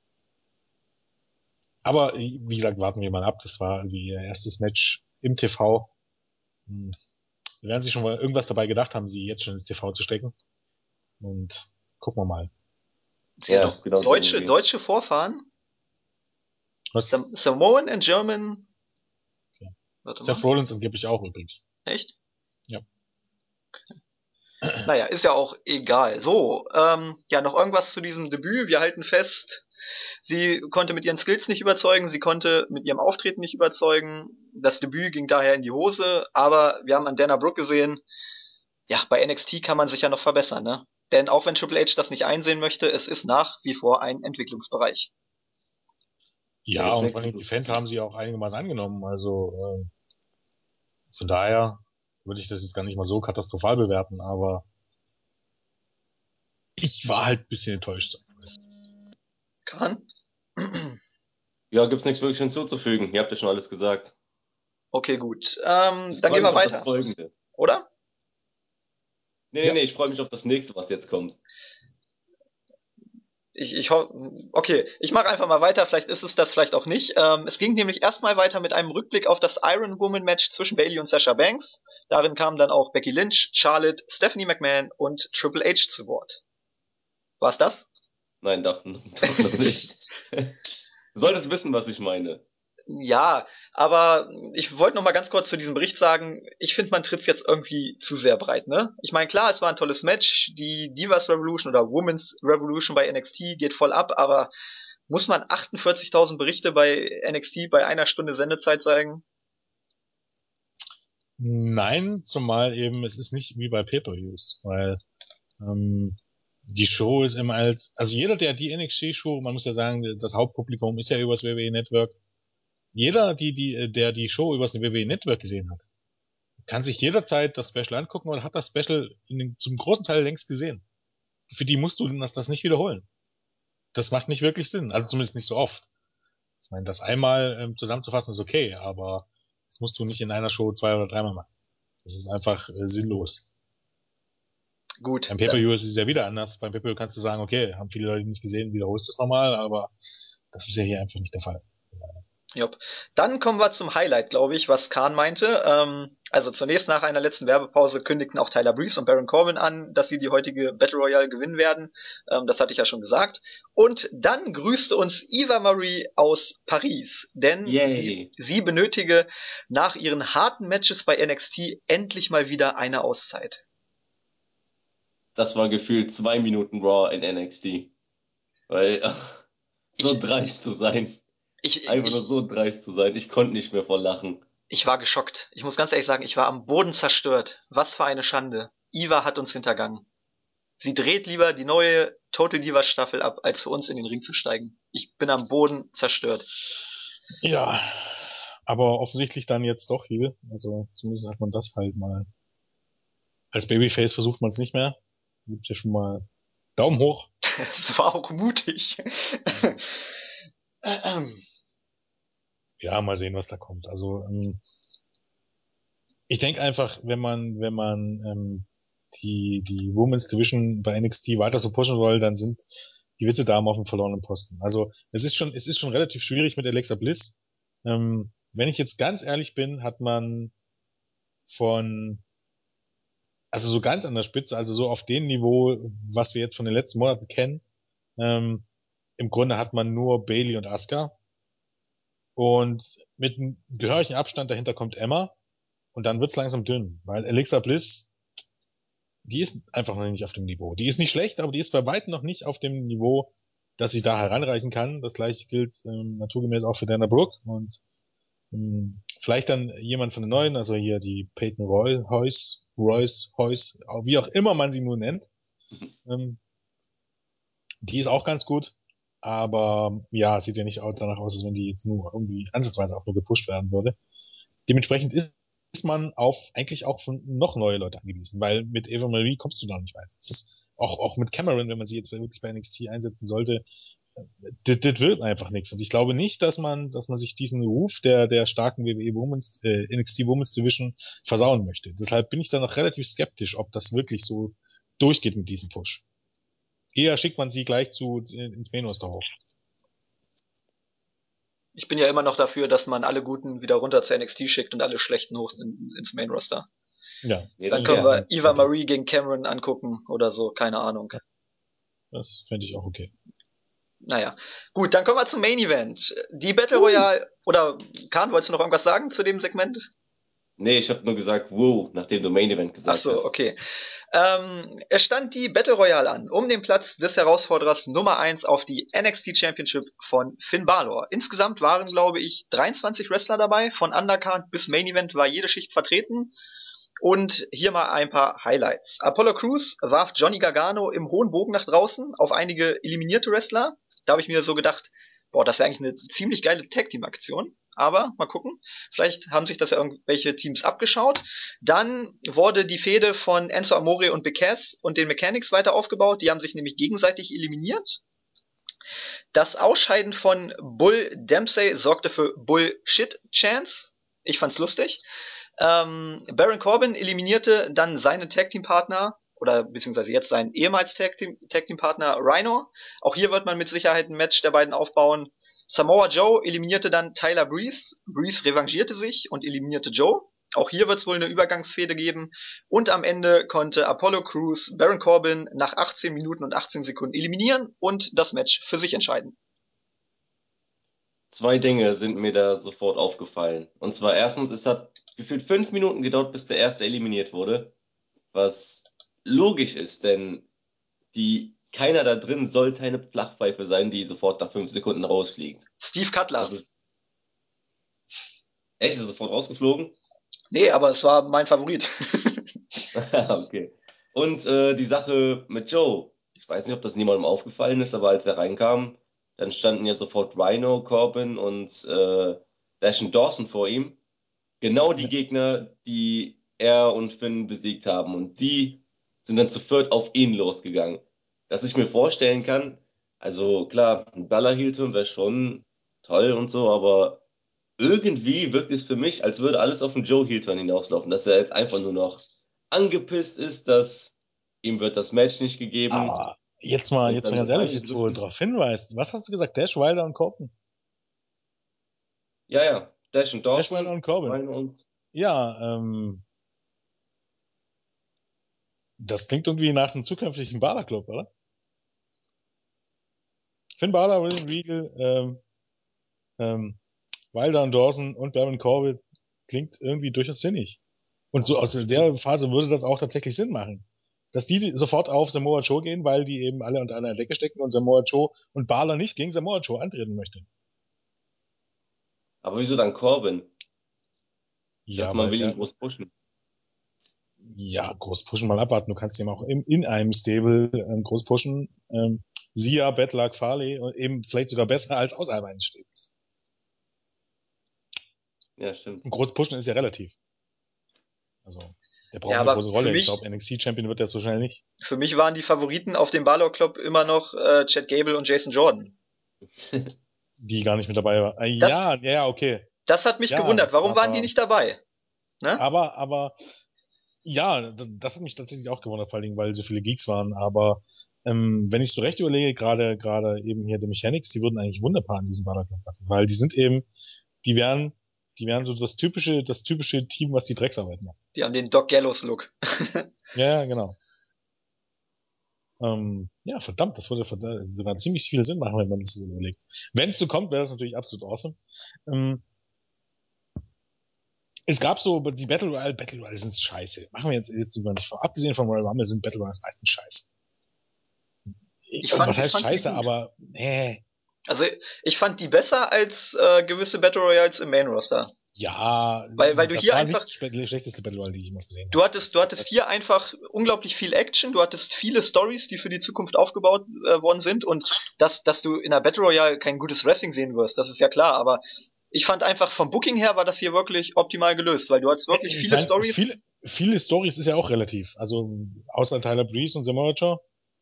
Aber wie gesagt, warten wir mal ab. Das war irgendwie ihr erstes Match im TV. Hm. Wir werden sich schon mal irgendwas dabei gedacht haben, sie jetzt schon ins TV zu stecken. Und gucken wir mal. Sie hat ja, doch ist genau irgendwie. deutsche Vorfahren. Was Samoan and German. ja. Warte Seth mal. Rollins angeblich auch übrigens. Echt? Ja. Naja, ist ja auch egal. So, ja, noch irgendwas zu diesem Debüt. Wir halten fest, sie konnte mit ihren Skills nicht überzeugen, sie konnte mit ihrem Auftreten nicht überzeugen. Das Debüt ging daher in die Hose, aber wir haben an Dana Brooke gesehen, ja, bei NXT kann man sich ja noch verbessern, ne? Denn auch wenn Triple H das nicht einsehen möchte, es ist nach wie vor ein Entwicklungsbereich. Da Ja, gibt's und nichts von zu den Fans haben diskutieren. sie auch einigermaßen angenommen. Also von daher würde ich das jetzt gar nicht mal so katastrophal bewerten, aber ich war halt ein bisschen enttäuscht. Kann? Ja, gibt's nichts wirklich hinzuzufügen. Ihr habt ja schon alles gesagt. Okay, gut. Ich Dann freue gehen mich wir auf das weiter, Folgende. oder? Ja, Nee, ich freue mich auf das nächste, was jetzt kommt. Ich hoffe, okay, ich mache einfach mal weiter, vielleicht ist es das, vielleicht auch nicht. Es ging nämlich erstmal weiter mit einem Rückblick auf das Iron Woman Match zwischen Bayley und Sasha Banks. Darin kamen dann auch Becky Lynch, Charlotte, Stephanie McMahon und Triple H zu Wort. War's das? Nein, doch noch nicht. Du solltest wissen, was ich meine. Ja, aber ich wollte noch mal ganz kurz zu diesem Bericht sagen, ich finde, man tritt's jetzt irgendwie zu sehr breit, ne? Ich meine, klar, es war ein tolles Match, die Divas Revolution oder Women's Revolution bei NXT geht voll ab, aber muss man 48.000 Berichte bei NXT bei einer Stunde Sendezeit zeigen? nein, zumal eben es ist nicht wie bei Pay-per-Views, weil ähm, die Show ist immer als, also jeder, der die NXT-Show, man muss ja sagen, das Hauptpublikum ist ja übers WWE Network. Jeder, der die Show übers WWE Network gesehen hat, kann sich jederzeit das Special angucken und hat das Special zum großen Teil längst gesehen. Für die musst du das nicht wiederholen. Das macht nicht wirklich Sinn. Also zumindest nicht so oft. Ich meine, das einmal zusammenzufassen ist okay, aber das musst du nicht in einer Show zwei oder dreimal machen. Das ist einfach sinnlos. Gut, Beim Pay-Per-View ist es ja wieder anders. Beim Pay-Per-View kannst du sagen, okay, haben viele Leute nicht gesehen, wiederholst es nochmal, aber das ist ja hier einfach nicht der Fall. Jupp. Dann kommen wir zum Highlight, glaube ich, was Khan meinte. Also zunächst nach einer letzten Werbepause kündigten auch Tyler Breeze und Baron Corbin an, dass sie die heutige Battle Royale gewinnen werden. Das hatte ich ja schon gesagt. Und dann grüßte uns Eva Marie aus Paris, denn Yay. sie benötige nach ihren harten Matches bei NXT endlich mal wieder eine Auszeit. Das war gefühlt 2 Minuten Raw in NXT. Weil, so Ich, dreist zu sein. ich, Einfach nur ich, so dreist zu sein. Ich konnte nicht mehr vor Lachen. Ich war geschockt. Ich muss ganz ehrlich sagen, ich war am Boden zerstört. Was für eine Schande. Eva hat uns hintergangen. Sie dreht lieber die neue Total Divas Staffel ab, als für uns in den Ring zu steigen. Ich bin am Boden zerstört. Ja, aber offensichtlich dann jetzt doch viel. Also zumindest hat man das halt mal. Als Babyface versucht man es nicht mehr. Gibt's ja schon mal Daumen hoch. Es war auch mutig. Ja, mal sehen, was da kommt. Also ich denke einfach, wenn man die Women's Division bei NXT weiter so pushen will, dann sind gewisse Damen auf dem verlorenen Posten. Also es ist schon relativ schwierig mit Alexa Bliss. Wenn ich jetzt ganz ehrlich bin, hat man also so ganz an der Spitze, also so auf dem Niveau, was wir jetzt von den letzten Monaten kennen, im Grunde hat man nur Bayley und Asuka. Und mit einem gehörigen Abstand dahinter kommt Emma. Und dann wird's langsam dünn, weil Alexa Bliss, die ist einfach noch nicht auf dem Niveau. Die ist nicht schlecht, aber die ist bei weitem noch nicht auf dem Niveau, dass sie da heranreichen kann. Das gleiche gilt naturgemäß auch für Dana Brooke und vielleicht dann jemand von den Neuen, also hier die Peyton Royce, wie auch immer man sie nun nennt. Die ist auch ganz gut, aber ja, sieht ja nicht danach aus, als wenn die jetzt nur irgendwie ansatzweise auch nur gepusht werden würde. Dementsprechend ist man eigentlich auch von noch neue Leute angewiesen, weil mit Eva Marie kommst du da nicht weit. Es ist auch mit Cameron, wenn man sie jetzt wirklich bei NXT einsetzen sollte, das wird einfach nichts. Und ich glaube nicht, dass man sich diesen Ruf der starken WWE Women's, NXT Women's Division versauen möchte. Deshalb bin ich da noch relativ skeptisch, ob das wirklich so durchgeht mit diesem Push. Eher schickt man sie gleich ins Main Roster hoch. Ich bin ja immer noch dafür, dass man alle Guten wieder runter zu NXT schickt und alle Schlechten hoch ins Main Roster. Ja. Dann können wir Eva Marie gegen Cameron angucken oder so, keine Ahnung. Das fände ich auch okay. Naja, gut, dann kommen wir zum Main Event. Die Battle Royale, oder Kahn, wolltest du noch irgendwas sagen zu dem Segment? Nee, ich habe nur gesagt, wow, nachdem du Main Event gesagt hast. Ach so, okay. Es stand die Battle Royale an, um den Platz des Herausforderers Nummer 1 auf die NXT Championship von Finn Balor. Insgesamt waren, glaube ich, 23 Wrestler dabei. Von Undercard bis Main Event war jede Schicht vertreten. Und hier mal ein paar Highlights. Apollo Crews warf Johnny Gargano im hohen Bogen nach draußen auf einige eliminierte Wrestler. Da habe ich mir so gedacht, boah, das wäre eigentlich eine ziemlich geile Tag-Team-Aktion. Aber mal gucken, vielleicht haben sich das ja irgendwelche Teams abgeschaut. Dann wurde die Fehde von Enzo Amore und Big Cass und den Mechanics weiter aufgebaut. Die haben sich nämlich gegenseitig eliminiert. Das Ausscheiden von Bull Dempsey sorgte für Bullshit-Chance. Ich fand's lustig. Baron Corbin eliminierte dann seinen Tag-Team-Partner oder beziehungsweise jetzt seinen ehemals Tag-Team-Partner Rhino. Auch hier wird man mit Sicherheit ein Match der beiden aufbauen. Samoa Joe eliminierte dann Tyler Breeze. Breeze revanchierte sich und eliminierte Joe. Auch hier wird es wohl eine Übergangsfehde geben. Und am Ende konnte Apollo Crews Baron Corbin nach 18 Minuten und 18 Sekunden eliminieren und das Match für sich entscheiden. Zwei Dinge sind mir da sofort aufgefallen. Und zwar erstens, es hat gefühlt 5 Minuten gedauert, bis der erste eliminiert wurde. Was logisch ist, denn keiner da drin sollte eine Flachpfeife sein, die sofort nach 5 Sekunden rausfliegt. Steve Cutler. Also, echt, ist er sofort rausgeflogen? Nee, aber es war mein Favorit. Okay. Und die Sache mit Joe. Ich weiß nicht, ob das niemandem aufgefallen ist, aber als er reinkam, dann standen ja sofort Rhino, Corbin und Dash und Dawson vor ihm. Genau die Gegner, die er und Finn besiegt haben. Und die sind dann zu viert auf ihn losgegangen. Dass ich mir vorstellen kann, also klar, ein Bella-Heel-Turn wäre schon toll und so, aber irgendwie wirkt es für mich, als würde alles auf den Joe Heel-Turn hinauslaufen. Dass er jetzt einfach nur noch angepisst ist, dass ihm wird das Match nicht gegeben. Aber jetzt mal ganz ehrlich, jetzt wo du darauf hinweist, was hast du gesagt? Dash, Wilder und Corbin? Ja, Dash und Dawson. Dash, Wilder und Corbin. Ja, das klingt irgendwie nach einem zukünftigen Balor Club, oder? Finn Balor, William Regal, Wilder und Dawson und Baron Corbin klingt irgendwie durchaus sinnig. Und so aus der Phase würde das auch tatsächlich Sinn machen. Dass die sofort auf Samoa Joe gehen, weil die eben alle unter einer Decke stecken und Samoa Joe und Balor nicht gegen Samoa Joe antreten möchte. Aber wieso dann Corbin? Ich Ja, dachte, man will ihn groß pushen. Ja, groß pushen, mal abwarten. Du kannst ihn auch in einem Stable groß pushen. Sia, Bad Luck Farley und eben vielleicht sogar besser als außerhalb eines Stables. Ja, stimmt. Und groß pushen ist ja relativ. Also, der braucht eine große Rolle. Ich glaube, NXT-Champion wird der so schnell nicht. Für mich waren die Favoriten auf dem Balor Club immer noch Chad Gable und Jason Jordan. Die gar nicht mit dabei waren. Ja, okay. Das hat mich gewundert. Warum waren die nicht dabei? Ne? Aber ja, das hat mich tatsächlich auch gewundert, vor allen Dingen, weil so viele Geeks waren. Aber wenn ich so recht überlege, gerade eben hier die Mechanics, die würden eigentlich wunderbar in diesen Ballerclub passen, weil die sind eben, die wären so das typische Team, was die Drecksarbeit macht. Die haben den Doc Gallows-Look. Ja, genau. Ja, verdammt, das würde sogar ziemlich viel Sinn machen, wenn man das so überlegt. Wenn es so kommt, wäre das natürlich absolut awesome. Es gab so die Battle Royale sind scheiße. Machen wir jetzt über nicht vor. Abgesehen vom Royal Rumble sind Battle Royals meistens scheiße. Was heißt fand die scheiße, gut. aber Also ich fand die besser als gewisse Battle Royals im Main Roster. ja, Weil du das hier war einfach, nicht die schlechteste Battle Royale, die ich jemals gesehen du habe. hattest hier einfach unglaublich viel Action, du hattest viele Stories, die für die Zukunft aufgebaut worden sind, und dass du in der Battle Royale kein gutes Wrestling sehen wirst, das ist ja klar, aber ich fand einfach vom Booking her war das hier wirklich optimal gelöst, weil du hattest wirklich Ich viele meine, Stories. viele Stories ist ja auch relativ. Also außer Tyler Breeze und Samoa Joe.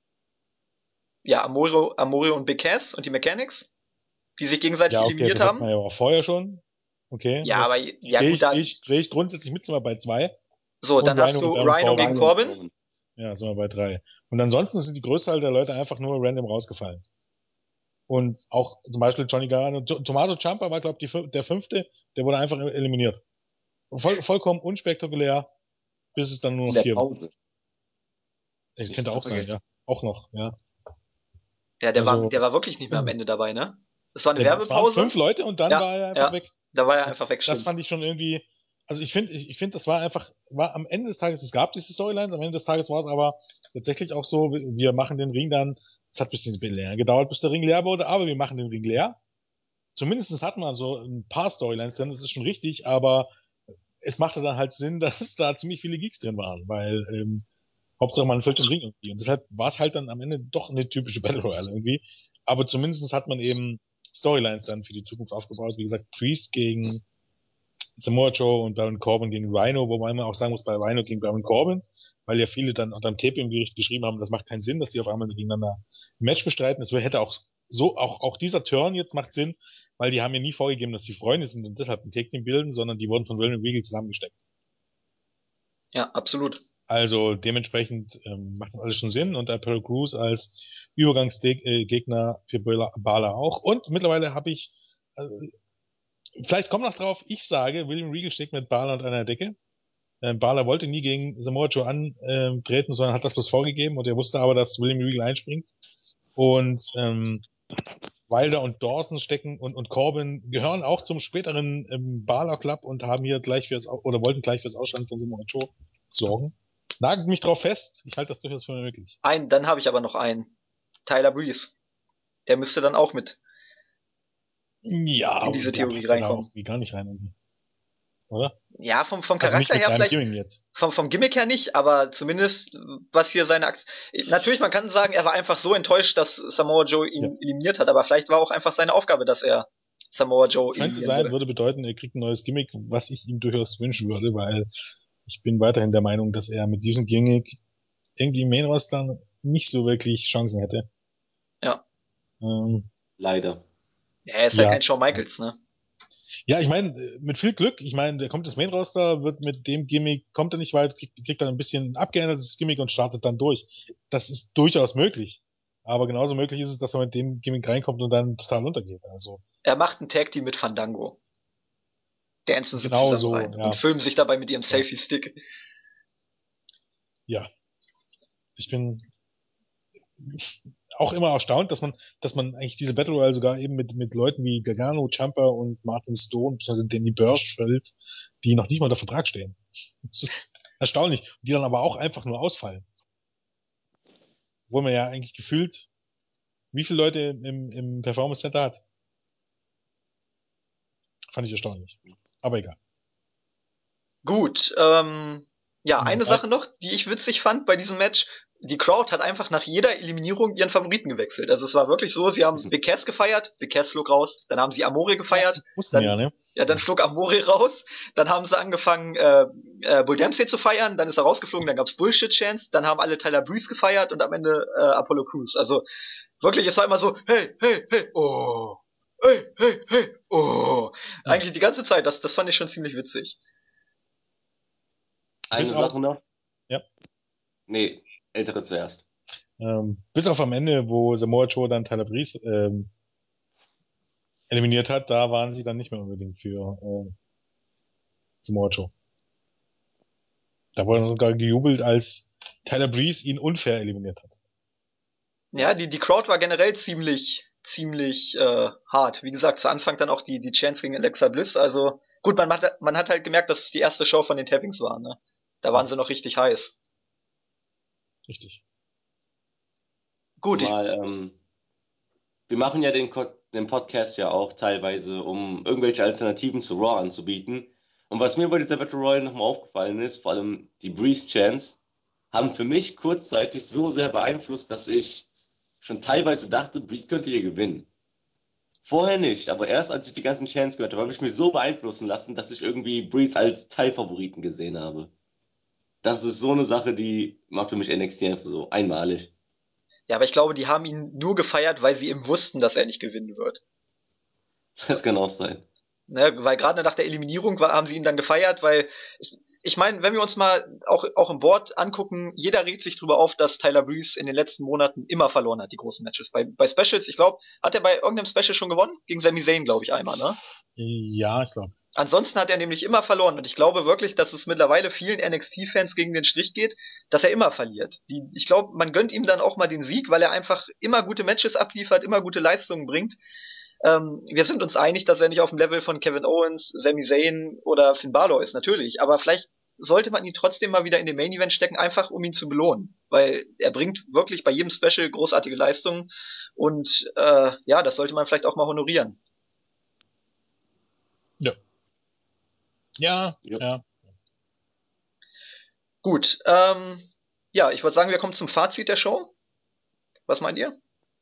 Ja, Amore und Big Cass und die Mechanics, die sich gegenseitig Ja, okay, eliminiert das hat man haben. ja auch vorher schon. Okay, Ja, aber das ja gut, gehe ich grundsätzlich mit, sind wir bei 2. so, Und dann hast Rhino du und Baron Rhino gegen Corbin. Corbin. Ja, sind wir bei 3. Und ansonsten sind die Großteil der Leute einfach nur random rausgefallen. Und auch zum Beispiel Johnny Gargano, Tommaso Ciampa war, glaube ich, der 5., der wurde einfach eliminiert. Vollkommen unspektakulär, bis es dann nur In noch der 4 war. Pause. Es Nicht könnte auch sein, zurückgeht. ja. Auch noch, ja. Ja, Also, der war wirklich nicht mehr am Ende dabei, ne? Das war eine ja, das waren Werbepause. 5 Leute und dann Ja, war er einfach ja. weg. Da war er Und einfach weg, das stimmt. fand ich schon irgendwie, also ich finde, das war einfach, war am Ende des Tages, es gab diese Storylines, am Ende des Tages war es aber tatsächlich auch so, wir machen den Ring dann, es hat ein bisschen länger gedauert, bis der Ring leer wurde, aber wir machen den Ring leer. Zumindest hat man so ein paar Storylines drin, das ist schon richtig, aber es machte dann halt Sinn, dass da ziemlich viele Geeks drin waren, weil Hauptsache man füllt den Ring irgendwie. Und deshalb war es halt dann am Ende doch eine typische Battle Royale irgendwie. Aber zumindest hat man eben Storylines dann für die Zukunft aufgebaut. Wie gesagt, Priest gegen Samoa Joe und Baron Corbin gegen Rhino, wobei man auch sagen muss, bei Rhino gegen Baron Corbin, weil ja viele dann unter dem Tape im Gericht geschrieben haben, das macht keinen Sinn, dass die auf einmal gegeneinander ein Match bestreiten. Es hätte auch so, auch dieser Turn jetzt macht Sinn, weil die haben ja nie vorgegeben, dass sie Freunde sind und deshalb ein Tag Team bilden, sondern die wurden von William Regal zusammengesteckt. Ja, absolut. Also dementsprechend macht das alles schon Sinn und Apollo Crews als Übergangsgegner für Balor auch. Und mittlerweile habe ich, vielleicht kommt noch drauf, ich sage, William Regal steckt mit Balor unter einer Decke. Balor wollte nie gegen Samoa Joe antreten, sondern hat das bloß vorgegeben und er wusste aber, dass William Regal einspringt. Und Wilder und Dawson stecken und Corbin gehören auch zum späteren Balor Club und haben hier gleich oder wollten gleich fürs Ausscheiden von Samoa Joe sorgen. Nagelt mich drauf fest, ich halte das durchaus für möglich. Dann habe ich aber noch einen. Tyler Breeze. Der müsste dann auch mit Ja, in aber diese der Theorie passt ja da auch reinkommen. wie gar nicht rein, irgendwie. Oder? Ja, vom Also nicht Charakter mit her seinem vielleicht, Gimmick jetzt. vom Gimmick her nicht, aber zumindest was hier seine Aktion. Natürlich, man kann sagen, er war einfach so enttäuscht, dass Samoa Joe Ja. ihn eliminiert hat, aber vielleicht war auch einfach seine Aufgabe, dass er Samoa Joe Könnte eliminieren sein, würde. würde bedeuten, er kriegt ein neues Gimmick, was ich ihm durchaus wünschen würde, weil ich bin weiterhin der Meinung, dass er mit diesem Gimmick irgendwie im Main Roster nicht so wirklich Chancen hätte. Ja. Leider. Ja, er ist halt Ja. kein Shawn Michaels, ne? Ja, ich meine, mit viel Glück, ich meine, der kommt ins Main Roster, wird mit dem Gimmick, kommt er nicht weit, kriegt dann ein bisschen ein abgeändertes Gimmick und startet dann durch. Das ist durchaus möglich. Aber genauso möglich ist es, dass er mit dem Gimmick reinkommt und dann total untergeht. Also, Er macht ein Tag Team mit Fandango. Dancen sie genau zusammen so, rein und ja. filmen sich dabei mit ihrem Ja. Selfie-Stick. Ja. Ich bin auch immer erstaunt, dass man eigentlich diese Battle Royale sogar eben mit Leuten wie Gargano, Ciampa und Martin Stone, beziehungsweise Danny Burch fällt, die noch nicht mal unter Vertrag stehen. Das ist erstaunlich. Die dann aber auch einfach nur ausfallen. Obwohl man ja eigentlich gefühlt, wie viele Leute im Performance Center hat. Fand ich erstaunlich. Aber egal. Gut, ja, Nummer eine 3. Sache noch, die ich witzig fand bei diesem Match. Die Crowd hat einfach nach jeder Eliminierung ihren Favoriten gewechselt. Also es war wirklich so, sie haben Big Cass gefeiert, Big Cass flog raus, dann haben sie Amore Ja, gefeiert, mussten ja, dann, ne? ja, dann flog Amore raus, dann haben sie angefangen, Bull Dempsey zu feiern, dann ist er rausgeflogen, dann gab's Bullshit-Chants, dann haben alle Tyler Breeze gefeiert und am Ende Apollo Crews. Also wirklich, es war immer so, hey, hey, hey, oh, hey, hey, hey, oh. Ja. Eigentlich die ganze Zeit, das fand ich schon ziemlich witzig. Eine Bis auf, Sache noch. ja. Nee, ältere zuerst. Bis auf am Ende, wo Samoa Joe dann Tyler Breeze eliminiert hat, da waren sie dann nicht mehr unbedingt für Samoa Joe. Da wurde sogar gejubelt, als Tyler Breeze ihn unfair eliminiert hat. Ja, die Crowd war generell ziemlich hart. Wie gesagt, zu Anfang dann auch die Chance gegen Alexa Bliss. Also gut, man hat halt gemerkt, dass es die erste Show von den Tappings war. Ne? Da waren sie noch richtig heiß. Richtig. Gut, Wir machen ja den Podcast ja auch teilweise, um irgendwelche Alternativen zu Raw anzubieten. Und was mir bei dieser Battle Royale nochmal aufgefallen ist, vor allem die Breeze Chants, haben für mich kurzzeitig so sehr beeinflusst, dass ich schon teilweise dachte, Breeze könnte hier gewinnen. Vorher nicht, aber erst als ich die ganzen Chants gehört habe, habe ich mich so beeinflussen lassen, dass ich irgendwie Breeze als Teilfavoriten gesehen habe. Das ist so eine Sache, die macht für mich NXT einfach so einmalig. ja, aber ich glaube, die haben ihn nur gefeiert, weil sie eben wussten, dass er nicht gewinnen wird. Das kann auch sein. Ne, weil gerade nach der Eliminierung haben sie ihn dann gefeiert, weil ich meine, wenn wir uns mal auch im Board angucken, jeder regt sich drüber auf, dass Tyler Breeze in den letzten Monaten immer verloren hat, die großen Matches. Bei Specials, ich glaube, hat er bei irgendeinem Special schon gewonnen? Gegen Sami Zayn, glaube ich, einmal, ne? Ja, ich glaube. Ansonsten hat er nämlich immer verloren und ich glaube wirklich, dass es mittlerweile vielen NXT-Fans gegen den Strich geht, dass er immer verliert. Ich glaube, man gönnt ihm dann auch mal den Sieg, weil er einfach immer gute Matches abliefert, immer gute Leistungen bringt. Wir sind uns einig, dass er nicht auf dem Level von Kevin Owens, Sami Zayn oder Finn Balor ist, natürlich. Aber vielleicht sollte man ihn trotzdem mal wieder in den Main Event stecken, einfach um ihn zu belohnen. Weil er bringt wirklich bei jedem Special großartige Leistungen und ja, das sollte man vielleicht auch mal honorieren. Ja. Ja, Ja. ja. Gut, ja, ich würde sagen, wir kommen zum Fazit der Show. Was meint ihr?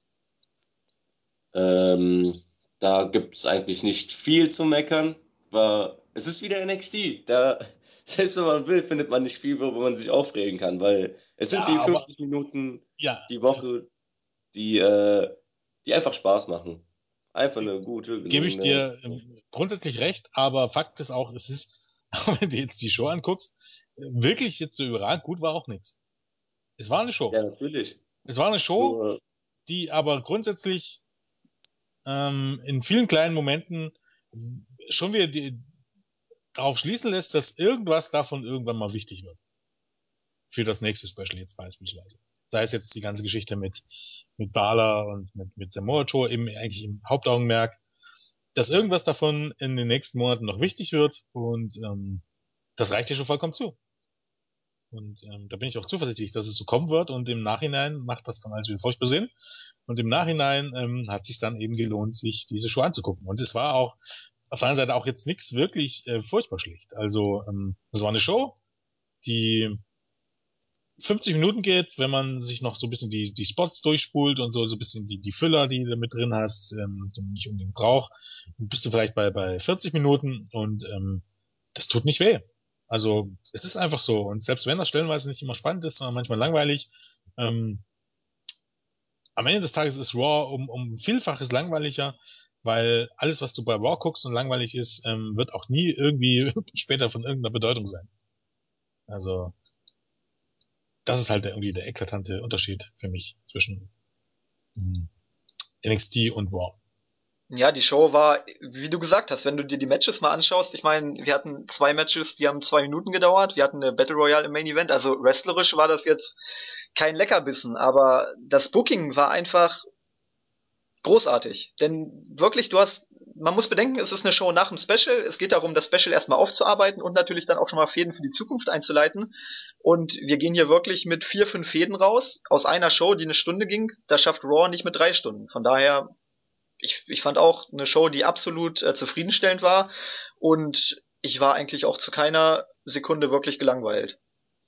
Ähm, Da gibt es eigentlich nicht viel zu meckern, weil es ist wieder NXT. Da, selbst wenn man will, findet man nicht viel, worüber man sich aufregen kann, weil es Ja, sind die aber 50 Minuten ja, die Woche, die, die einfach Spaß machen. Einfach eine gute, gebe ich gelungene. dir grundsätzlich recht, aber Fakt ist auch, es ist, wenn du jetzt die Show anguckst, wirklich jetzt so überragend gut war auch nichts. Es war eine Show. Ja, natürlich. Es war eine Show, Nur, die aber grundsätzlich in vielen kleinen Momenten schon wieder darauf schließen lässt, dass irgendwas davon irgendwann mal wichtig wird. Für das nächste Special jetzt beispielsweise. Sei es jetzt die ganze Geschichte mit Bala und mit Samoa Joe eben eigentlich im Hauptaugenmerk, dass irgendwas davon in den nächsten Monaten noch wichtig wird und das reicht ja schon vollkommen zu. Und da bin ich auch zuversichtlich, dass es so kommen wird und im Nachhinein macht das dann alles wieder furchtbar Sinn. Und im Nachhinein hat sich dann eben gelohnt, sich diese Show anzugucken. Und es war auch auf der anderen Seite auch jetzt nichts wirklich furchtbar schlecht. Also es war eine Show, die 50 Minuten geht, wenn man sich noch so ein bisschen die Spots durchspult und so ein bisschen die Füller, die du mit drin hast, die man nicht unbedingt braucht, dann bist du vielleicht bei 40 Minuten und das tut nicht weh. Also es ist einfach so. Und selbst wenn das stellenweise nicht immer spannend ist, sondern manchmal langweilig, ähm, am Ende des Tages ist Raw um Vielfaches langweiliger, weil alles, was du bei Raw guckst und langweilig ist, wird auch nie irgendwie später von irgendeiner Bedeutung sein. Also das ist halt irgendwie der eklatante Unterschied für mich zwischen NXT und Raw. Ja, die Show war, wie du gesagt hast, wenn du dir die Matches mal anschaust, ich meine, wir hatten 2 Matches, die haben 2 Minuten gedauert, wir hatten eine Battle Royale im Main Event, also wrestlerisch war das jetzt kein Leckerbissen, aber das Booking war einfach großartig. Denn wirklich, man muss bedenken, es ist eine Show nach dem Special. Es geht darum, das Special erstmal aufzuarbeiten und natürlich dann auch schon mal Fäden für die Zukunft einzuleiten. Und wir gehen hier wirklich mit 4, 5 Fäden raus aus einer Show, die eine Stunde ging. Das schafft Raw nicht mit 3 Stunden. Von daher, ich fand auch eine Show, die absolut zufriedenstellend war. Und ich war eigentlich auch zu keiner Sekunde wirklich gelangweilt.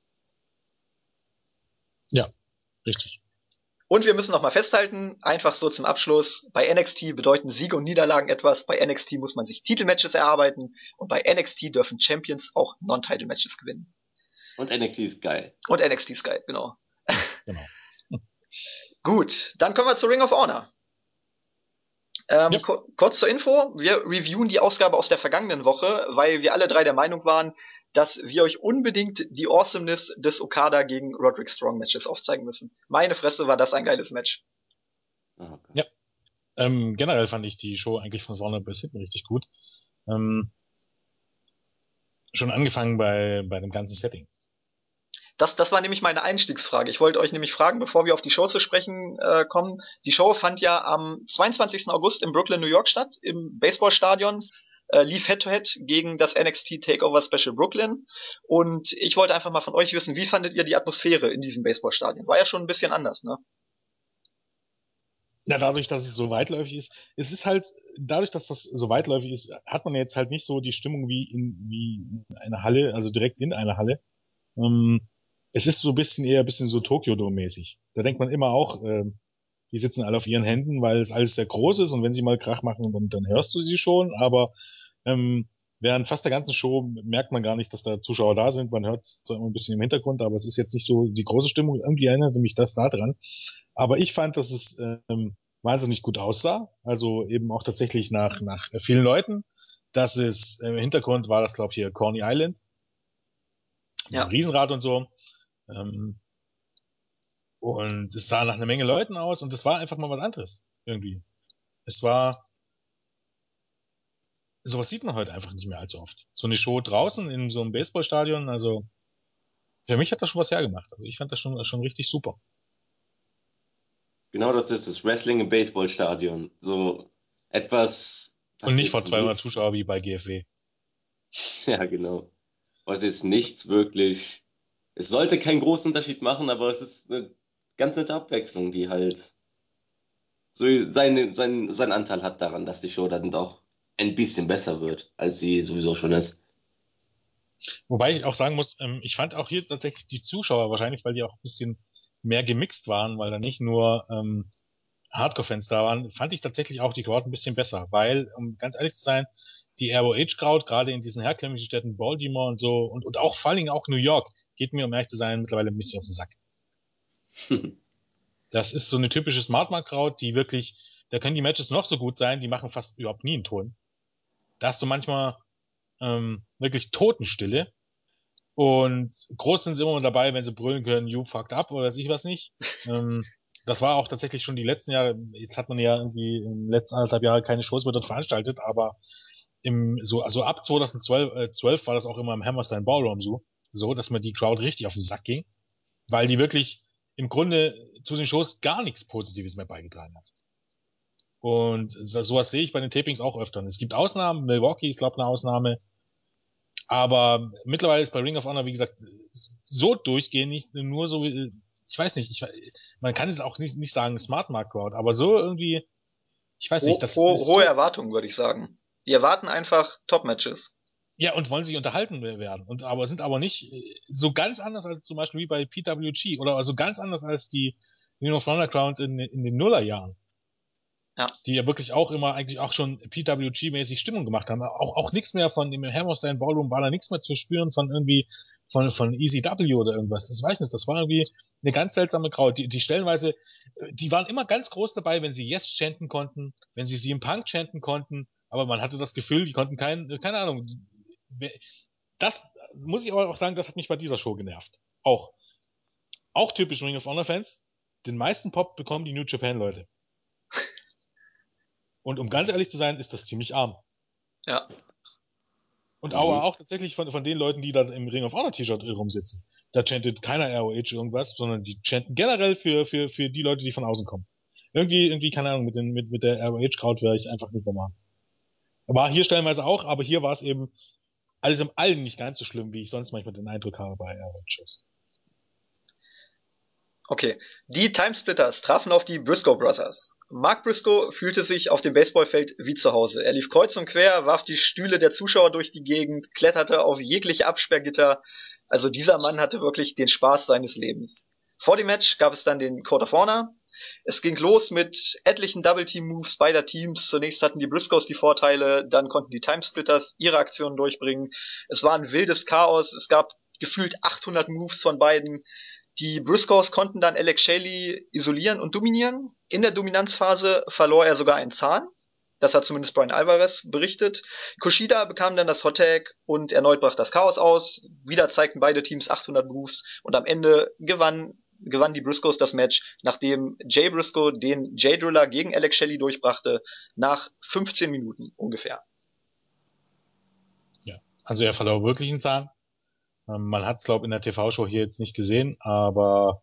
Ja, richtig. Und wir müssen noch mal festhalten, einfach so zum Abschluss, bei NXT bedeuten Siege und Niederlagen etwas, bei NXT muss man sich Titelmatches erarbeiten und bei NXT dürfen Champions auch Non-Title-Matches gewinnen. und NXT ist geil. Und NXT ist geil, genau. Genau. Gut, dann kommen wir zu Ring of Honor. Ja, Kurz zur Info, wir reviewen die Ausgabe aus der vergangenen Woche, weil wir alle drei der Meinung waren, dass wir euch unbedingt die Awesomeness des Okada gegen Roderick Strong Matches aufzeigen müssen. Meine Fresse, war das ein geiles Match. Oh Gott. Ja. Generell fand ich die Show eigentlich von vorne bis hinten richtig gut. Schon angefangen bei dem ganzen Setting. Das war nämlich meine Einstiegsfrage. Ich wollte euch nämlich fragen, bevor wir auf die Show zu sprechen kommen. Die Show fand ja am 22. August in Brooklyn, New York statt, im Baseballstadion. Lief Head-to-Head gegen das NXT Takeover Special Brooklyn. Und ich wollte einfach mal von euch wissen, wie fandet ihr die Atmosphäre in diesem Baseballstadion? War ja schon ein bisschen anders, ne? Ja, dadurch, dass es so weitläufig ist, es ist halt, dadurch, dass das so weitläufig ist, hat man jetzt halt nicht so die Stimmung wie in einer Halle, also direkt in einer Halle. Ähm, Es ist so ein bisschen so Tokyo-Dome-mäßig. Da denkt man immer auch, die sitzen alle auf ihren Händen, weil es alles sehr groß ist und wenn sie mal Krach machen, dann hörst du sie schon, aber ähm, während fast der ganzen Show merkt man gar nicht, dass da Zuschauer da sind. Man hört es zwar immer ein bisschen im Hintergrund, aber es ist jetzt nicht so die große Stimmung. Irgendwie erinnerte mich das da dran. Aber ich fand, dass es wahnsinnig gut aussah. Also eben auch tatsächlich nach vielen Leuten. Das ist im Hintergrund war das, glaube ich, hier Coney Island mit dem Ja. Riesenrad und so. Ähm, und es sah nach einer Menge Leuten aus und es war einfach mal was anderes irgendwie. Es war, sowas sieht man heute einfach nicht mehr allzu oft. So eine Show draußen in so einem Baseballstadion, also für mich hat das schon was hergemacht. Also ich fand das schon richtig super. Genau das ist das Wrestling im Baseballstadion. So etwas, Und was nicht vor jetzt nicht, 200 Zuschauer wie bei GFW. ja genau, was jetzt nichts wirklich, es sollte keinen großen Unterschied machen, aber es ist eine ganz nette Abwechslung, die halt so seinen Anteil hat daran, dass die Show dann doch ein bisschen besser wird, als sie sowieso schon ist. Wobei ich auch sagen muss, ich fand auch hier tatsächlich die Zuschauer wahrscheinlich, weil die auch ein bisschen mehr gemixt waren, weil da nicht nur Hardcore-Fans da waren, fand ich tatsächlich auch die Crowd ein bisschen besser, weil, um ganz ehrlich zu sein, die ROH-Crowd, gerade in diesen herkömmlichen Städten Baltimore und so, und auch vor allen Dingen auch New York, geht mir, um ehrlich zu sein, mittlerweile ein bisschen auf den Sack. Das ist so eine typische Smart-Mark-Crowd, die wirklich, da können die Matches noch so gut sein, die machen fast überhaupt nie einen Ton. Da hast du manchmal wirklich Totenstille. Und groß sind sie immer dabei, wenn sie brüllen können, you fucked up oder weiß ich was nicht. Das war auch tatsächlich schon die letzten Jahre, jetzt hat man ja irgendwie in den letzten 1,5 Jahre keine Shows mehr dort veranstaltet, aber also ab 2012 12 war das auch immer im Hammerstein Ballroom so, dass man die Crowd richtig auf den Sack ging, weil die wirklich im Grunde zu den Shows gar nichts Positives mehr beigetragen hat. Und sowas sehe ich bei den Tapings auch öfter. Und es gibt Ausnahmen, Milwaukee ist, glaube ich, eine Ausnahme, aber mittlerweile ist bei Ring of Honor, wie gesagt, so durchgehend, nicht nur so, ich weiß nicht, man kann es auch nicht sagen Smart Mark Crowd, aber so irgendwie, ich weiß nicht, das ist Hohe so, Erwartungen, würde ich sagen. Die erwarten einfach Top-Matches. ja, und wollen sich unterhalten werden, und aber sind aber nicht so ganz anders als zum Beispiel wie bei PWG oder also ganz anders als die Ring of Honor Crowd in den Nullerjahren, Ja. die ja wirklich auch immer eigentlich auch schon PWG-mäßig Stimmung gemacht haben. Auch nichts mehr von dem Hammerstein Ballroom war da nichts mehr zu spüren von irgendwie von ECW oder irgendwas. Das weiß ich nicht. Das war irgendwie eine ganz seltsame Crowd. Die stellenweise, die waren immer ganz groß dabei, wenn sie Yes chanten konnten, wenn sie CM Punk chanten konnten, aber man hatte das Gefühl, die konnten keine Ahnung. Das muss ich aber auch sagen, das hat mich bei dieser Show genervt. Auch typisch Ring of Honor Fans. Den meisten Pop bekommen die New Japan Leute. Und um ganz ehrlich zu sein, ist das ziemlich arm. Ja. Und aber Mhm. auch tatsächlich von den Leuten, die da im Ring of Honor T-Shirt rumsitzen. Da chantet keiner ROH irgendwas, sondern die chanten generell für die Leute, die von außen kommen. Irgendwie, keine Ahnung, mit der ROH-Crowd wäre ich einfach nicht normal. War hier stellenweise auch, aber hier war es eben alles im Allen nicht ganz so schlimm, wie ich sonst manchmal den Eindruck habe bei ROH-Shows. Okay. Die Timesplitters trafen auf die Briscoe Brothers. Mark Briscoe fühlte sich auf dem Baseballfeld wie zu Hause. Er lief kreuz und quer, warf die Stühle der Zuschauer durch die Gegend, kletterte auf jegliche Absperrgitter. Also dieser Mann hatte wirklich den Spaß seines Lebens. Vor dem Match gab es dann den Code of Honor. Es ging los mit etlichen Double-Team-Moves beider Teams. Zunächst hatten die Briscoes die Vorteile, dann konnten die Timesplitters ihre Aktionen durchbringen. Es war ein wildes Chaos. Es gab gefühlt 800 Moves von beiden. Die Briscoes konnten dann Alex Shelley isolieren und dominieren. In der Dominanzphase verlor er sogar einen Zahn. Das hat zumindest Brian Alvarez berichtet. Kushida bekam dann das Hot Tag und erneut brach das Chaos aus. Wieder zeigten beide Teams 800 Moves und am Ende gewannen die Briscoes das Match, nachdem Jay Briscoe den Jay Driller gegen Alex Shelley durchbrachte, nach 15 Minuten ungefähr. Ja, also er verlor wirklich einen Zahn. Man hat es, glaube ich, in der TV-Show hier jetzt nicht gesehen, aber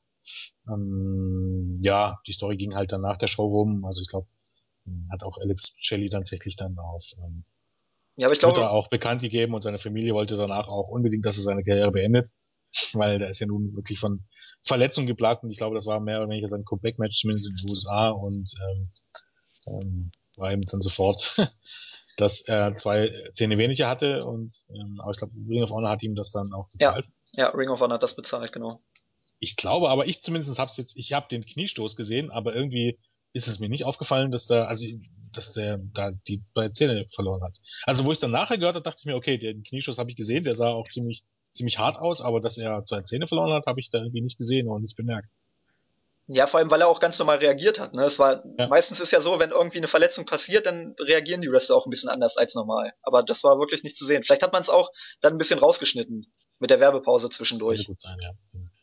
ja, die Story ging halt dann nach der Show rum. Also ich glaube, hat auch Alex Shelley tatsächlich dann auf Ja, aber ich Twitter glaube, auch bekannt gegeben und seine Familie wollte danach auch unbedingt, dass er seine Karriere beendet, weil der ist ja nun wirklich von Verletzungen geplagt und ich glaube, das war mehr oder weniger sein Comeback-Match, zumindest in den USA und war ihm dann sofort, dass er 2 Zähne weniger hatte und aber ich glaube, Ring of Honor hat ihm das dann auch ja, gezahlt. ja, Ring of Honor hat das bezahlt, genau. Ich glaube, aber ich zumindest ich habe den Kniestoß gesehen, aber irgendwie ist es mir nicht aufgefallen, dass der da die 2 Zähne verloren hat. Also wo ich es dann nachher gehört habe, dachte ich mir, okay, den Kniestoß habe ich gesehen, der sah auch ziemlich hart aus, aber dass er 2 Zähne verloren hat, habe ich da irgendwie nicht gesehen und nicht bemerkt. Ja, vor allem, weil er auch ganz normal reagiert hat. Ne? Ja, Meistens ist ja so, wenn irgendwie eine Verletzung passiert, dann reagieren die Wrestler auch ein bisschen anders als normal. Aber das war wirklich nicht zu sehen. Vielleicht hat man es auch dann ein bisschen rausgeschnitten mit der Werbepause könnte zwischendurch. gut sein, ja.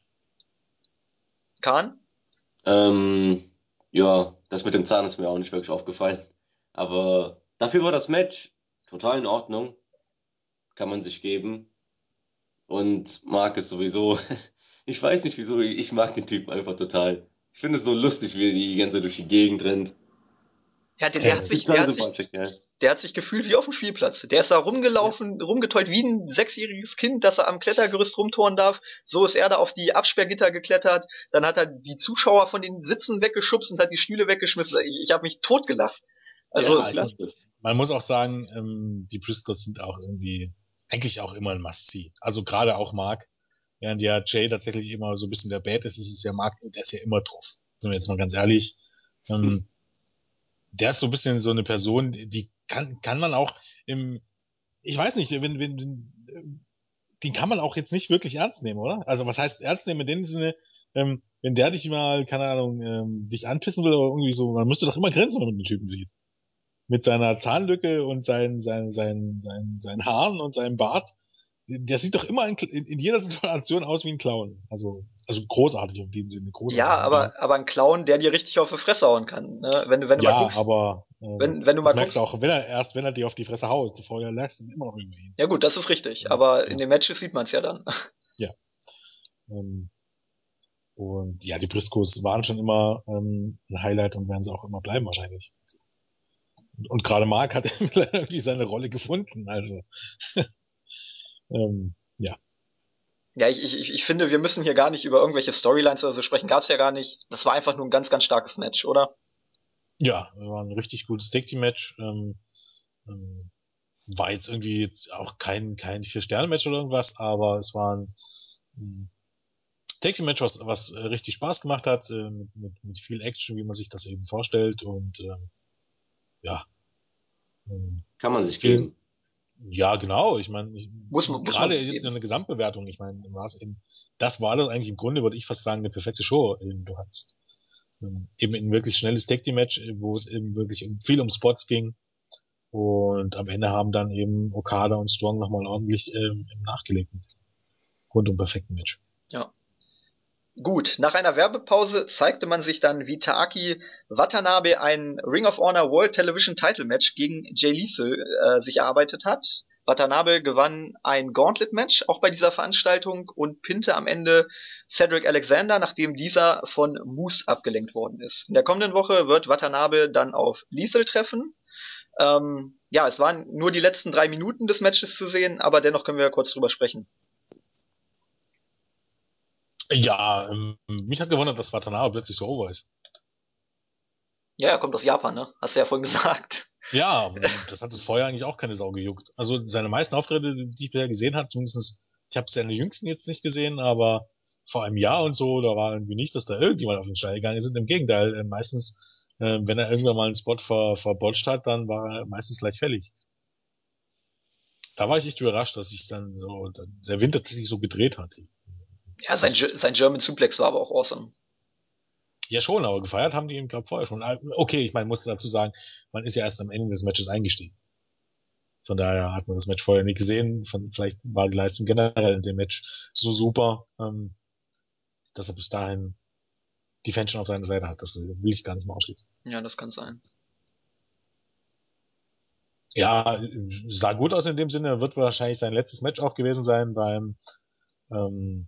Kahn? Ähm, ja, das mit dem Zahn ist mir auch nicht wirklich aufgefallen. Aber dafür war das Match total in Ordnung. Kann man sich geben. Und Mark ist sowieso, ich weiß nicht wieso, ich mag den Typen einfach total. Ich finde es so lustig, wie er die ganze Zeit durch die Gegend rennt. Ja, Äh, Total sympathischer Kerl. der hat sich gefühlt wie auf dem Spielplatz. Der ist da rumgelaufen, rumgetollt wie ein 6-jähriges Kind, das er am Klettergerüst rumtouren darf. So ist er da auf die Absperrgitter geklettert. Dann hat er die Zuschauer von den Sitzen weggeschubst und hat die Stühle weggeschmissen. Ich habe mich totgelacht. Der ist so Also, ja, klasse. man muss auch sagen, die Briscoes sind auch irgendwie eigentlich auch immer ein Must-See. Also gerade auch Mark, während ja Jay tatsächlich immer so ein bisschen der Bad ist es ja Mark, der ist ja immer drauf. Sind wir jetzt mal ganz ehrlich. Ähm, der ist so ein bisschen so eine Person, die kann man auch im, ich weiß nicht, den kann man auch jetzt nicht wirklich ernst nehmen, oder? Also was heißt ernst nehmen in dem Sinne, wenn der dich mal, keine Ahnung, dich anpissen will oder irgendwie so, man müsste doch immer grinsen, wenn man den Typen sieht. Mit seiner Zahnlücke und seinen Haaren und seinem Bart. Der sieht doch immer in jeder Situation aus wie ein Clown. Also großartig in dem Sinne, großartig ja, in dem. aber ein Clown, der dir richtig auf die Fresse hauen kann. Ne? Wenn du mal Ja, guckst, aber wenn du mal das merkst du guckst, auch, wenn er dir auf die Fresse haut, vorher lagst du immer noch über ihn. ja gut, das ist richtig. Aber in Ja, den Matches sieht man es ja dann. ja. Ähm, und ja, die Briscoes waren schon immer ein Highlight und werden sie auch immer bleiben wahrscheinlich. Und gerade Mark hat irgendwie seine Rolle gefunden. Also ja. Ja, ich finde, wir müssen hier gar nicht über irgendwelche Storylines oder so sprechen. Gab's ja gar nicht. Das war einfach nur ein ganz, ganz starkes Match, oder? Ja, war ein richtig gutes Tag Team Match. Ähm, war jetzt irgendwie jetzt auch kein Vier-Sterne-Match oder irgendwas, aber es war ein Tag Team Match, was richtig Spaß gemacht hat, mit viel Action, wie man sich das eben vorstellt und ja, ähm, Kann man sich viel, geben. ja genau. Ich meine, Muss man gerade sich jetzt in geben. der Gesamtbewertung, ich meine, das war das eigentlich im Grunde, würde ich fast sagen, eine perfekte Show. Du hattest eben ein wirklich schnelles Tag Team Match, wo es eben wirklich viel um Spots ging. Und am Ende haben dann eben Okada und Strong nochmal ordentlich nachgelegt mit rundum perfekten Match. Ja. Gut, nach einer Werbepause zeigte man sich dann, wie Taaki Watanabe ein Ring of Honor World Television Title Match gegen Jay Lethal sich erarbeitet hat. Watanabe gewann ein Gauntlet Match auch bei dieser Veranstaltung und pinte am Ende Cedric Alexander, nachdem dieser von Moose abgelenkt worden ist. In der kommenden Woche wird Watanabe dann auf Lethal treffen. Ja, es waren nur die letzten 3 Minuten des Matches zu sehen, aber dennoch können wir ja kurz drüber sprechen. Ja, mich hat gewundert, dass Watanabe plötzlich so over ist. Ja, er kommt aus Japan, ne? Hast du ja vorhin gesagt. Ja, das hat vorher eigentlich auch keine Sau gejuckt. Also seine meisten Auftritte, die ich bisher gesehen habe, zumindest, ich habe seine jüngsten jetzt nicht gesehen, aber vor einem Jahr und so, da war irgendwie nicht, dass da irgendjemand auf den Steil gegangen ist. Und im Gegenteil, meistens, wenn er irgendwann mal einen Spot verbotcht hat, dann war er meistens gleich fällig. Da war ich echt überrascht, dass sich dann so, der Wind tatsächlich so gedreht hat. Ja, sein German Suplex war aber auch awesome. Ja schon, aber gefeiert haben die ihn, glaube vorher schon. Okay, ich meine, musste dazu sagen, man ist ja erst am Ende des Matches eingestiegen. Von daher hat man das Match vorher nicht gesehen. Vielleicht war die Leistung generell in dem Match so super, dass er bis dahin die Fans schon auf seiner Seite hat. Das will ich gar nicht mal ausschließen. Ja, das kann sein. Ja, sah gut aus in dem Sinne. Wird wahrscheinlich sein letztes Match auch gewesen sein ähm,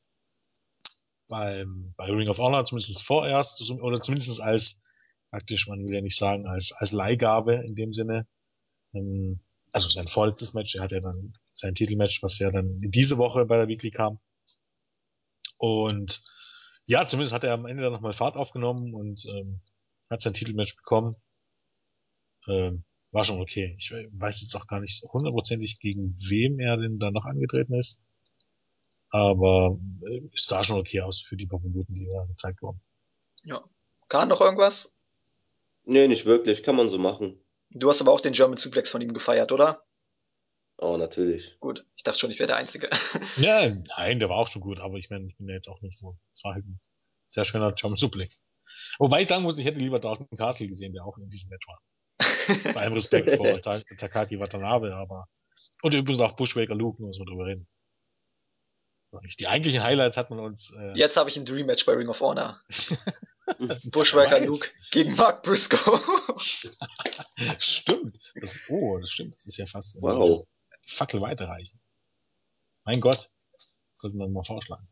bei Ring of Honor, zumindest vorerst, oder zumindest als, praktisch, man will ja nicht sagen, als Leihgabe in dem Sinne. Also sein vorletztes Match, er hat ja dann sein Titelmatch, was ja dann diese Woche bei der Weekly kam. Und ja, zumindest hat er am Ende dann nochmal Fahrt aufgenommen und hat sein Titelmatch bekommen. War schon okay. Ich weiß jetzt auch gar nicht hundertprozentig, gegen wem er denn da noch angetreten ist. Aber es sah schon okay aus für die paar Minuten, die da gezeigt wurden. Ja. Kahn, noch irgendwas? Nee, nicht wirklich. Kann man so machen. Du hast aber auch den German Suplex von ihm gefeiert, oder? Oh, natürlich. Gut, ich dachte schon, ich wäre der Einzige. Ja, nein, der war auch schon gut, aber ich meine, ich bin ja jetzt auch nicht so. Es war halt ein sehr schöner German Suplex. Wobei ich sagen muss, ich hätte lieber Dalton Castle gesehen, der auch in diesem Match war. Bei allem Respekt vor Takaki Watanabe, aber. Und übrigens auch Bushwaker Luke, nur so drüber reden. Die eigentlichen Highlights hat man uns. Jetzt habe ich ein Dream Match bei Ring of Honor. Ja, Bushwaker Luke gegen Mark Briscoe. Stimmt. Das stimmt. Das ist ja fast Wow. die Fackel weiterreichen. Mein Gott. Sollten wir mal vorschlagen.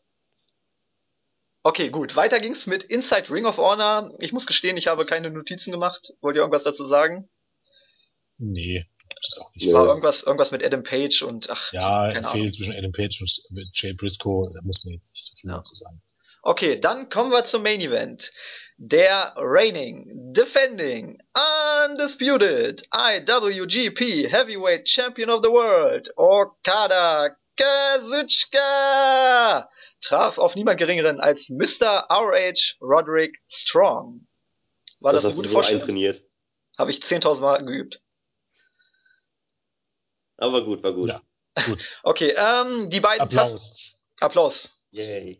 Okay, gut. Weiter ging's mit Inside Ring of Honor. Ich muss gestehen, ich habe keine Notizen gemacht. Wollt ihr irgendwas dazu sagen? Nee, gibt's jetzt auch nicht. War Nö. irgendwas mit Adam Page und Ja, keine Fehde Ahnung. zwischen Adam Page und Jay Briscoe, da muss man jetzt nicht so viel Ja. dazu sagen. Okay, dann kommen wir zum Main Event. Der reigning, defending, undisputed IWGP Heavyweight Champion of the World, Okada Kazuchika, traf auf niemand Geringeren als Mr. RH Roderick Strong. War Das das eine hast du gute so Vorstellung? eintrainiert. Habe ich 10.000 Mal geübt. Aber gut, war gut. Ja, gut. Okay, die beiden Applaus. Applaus. Yay.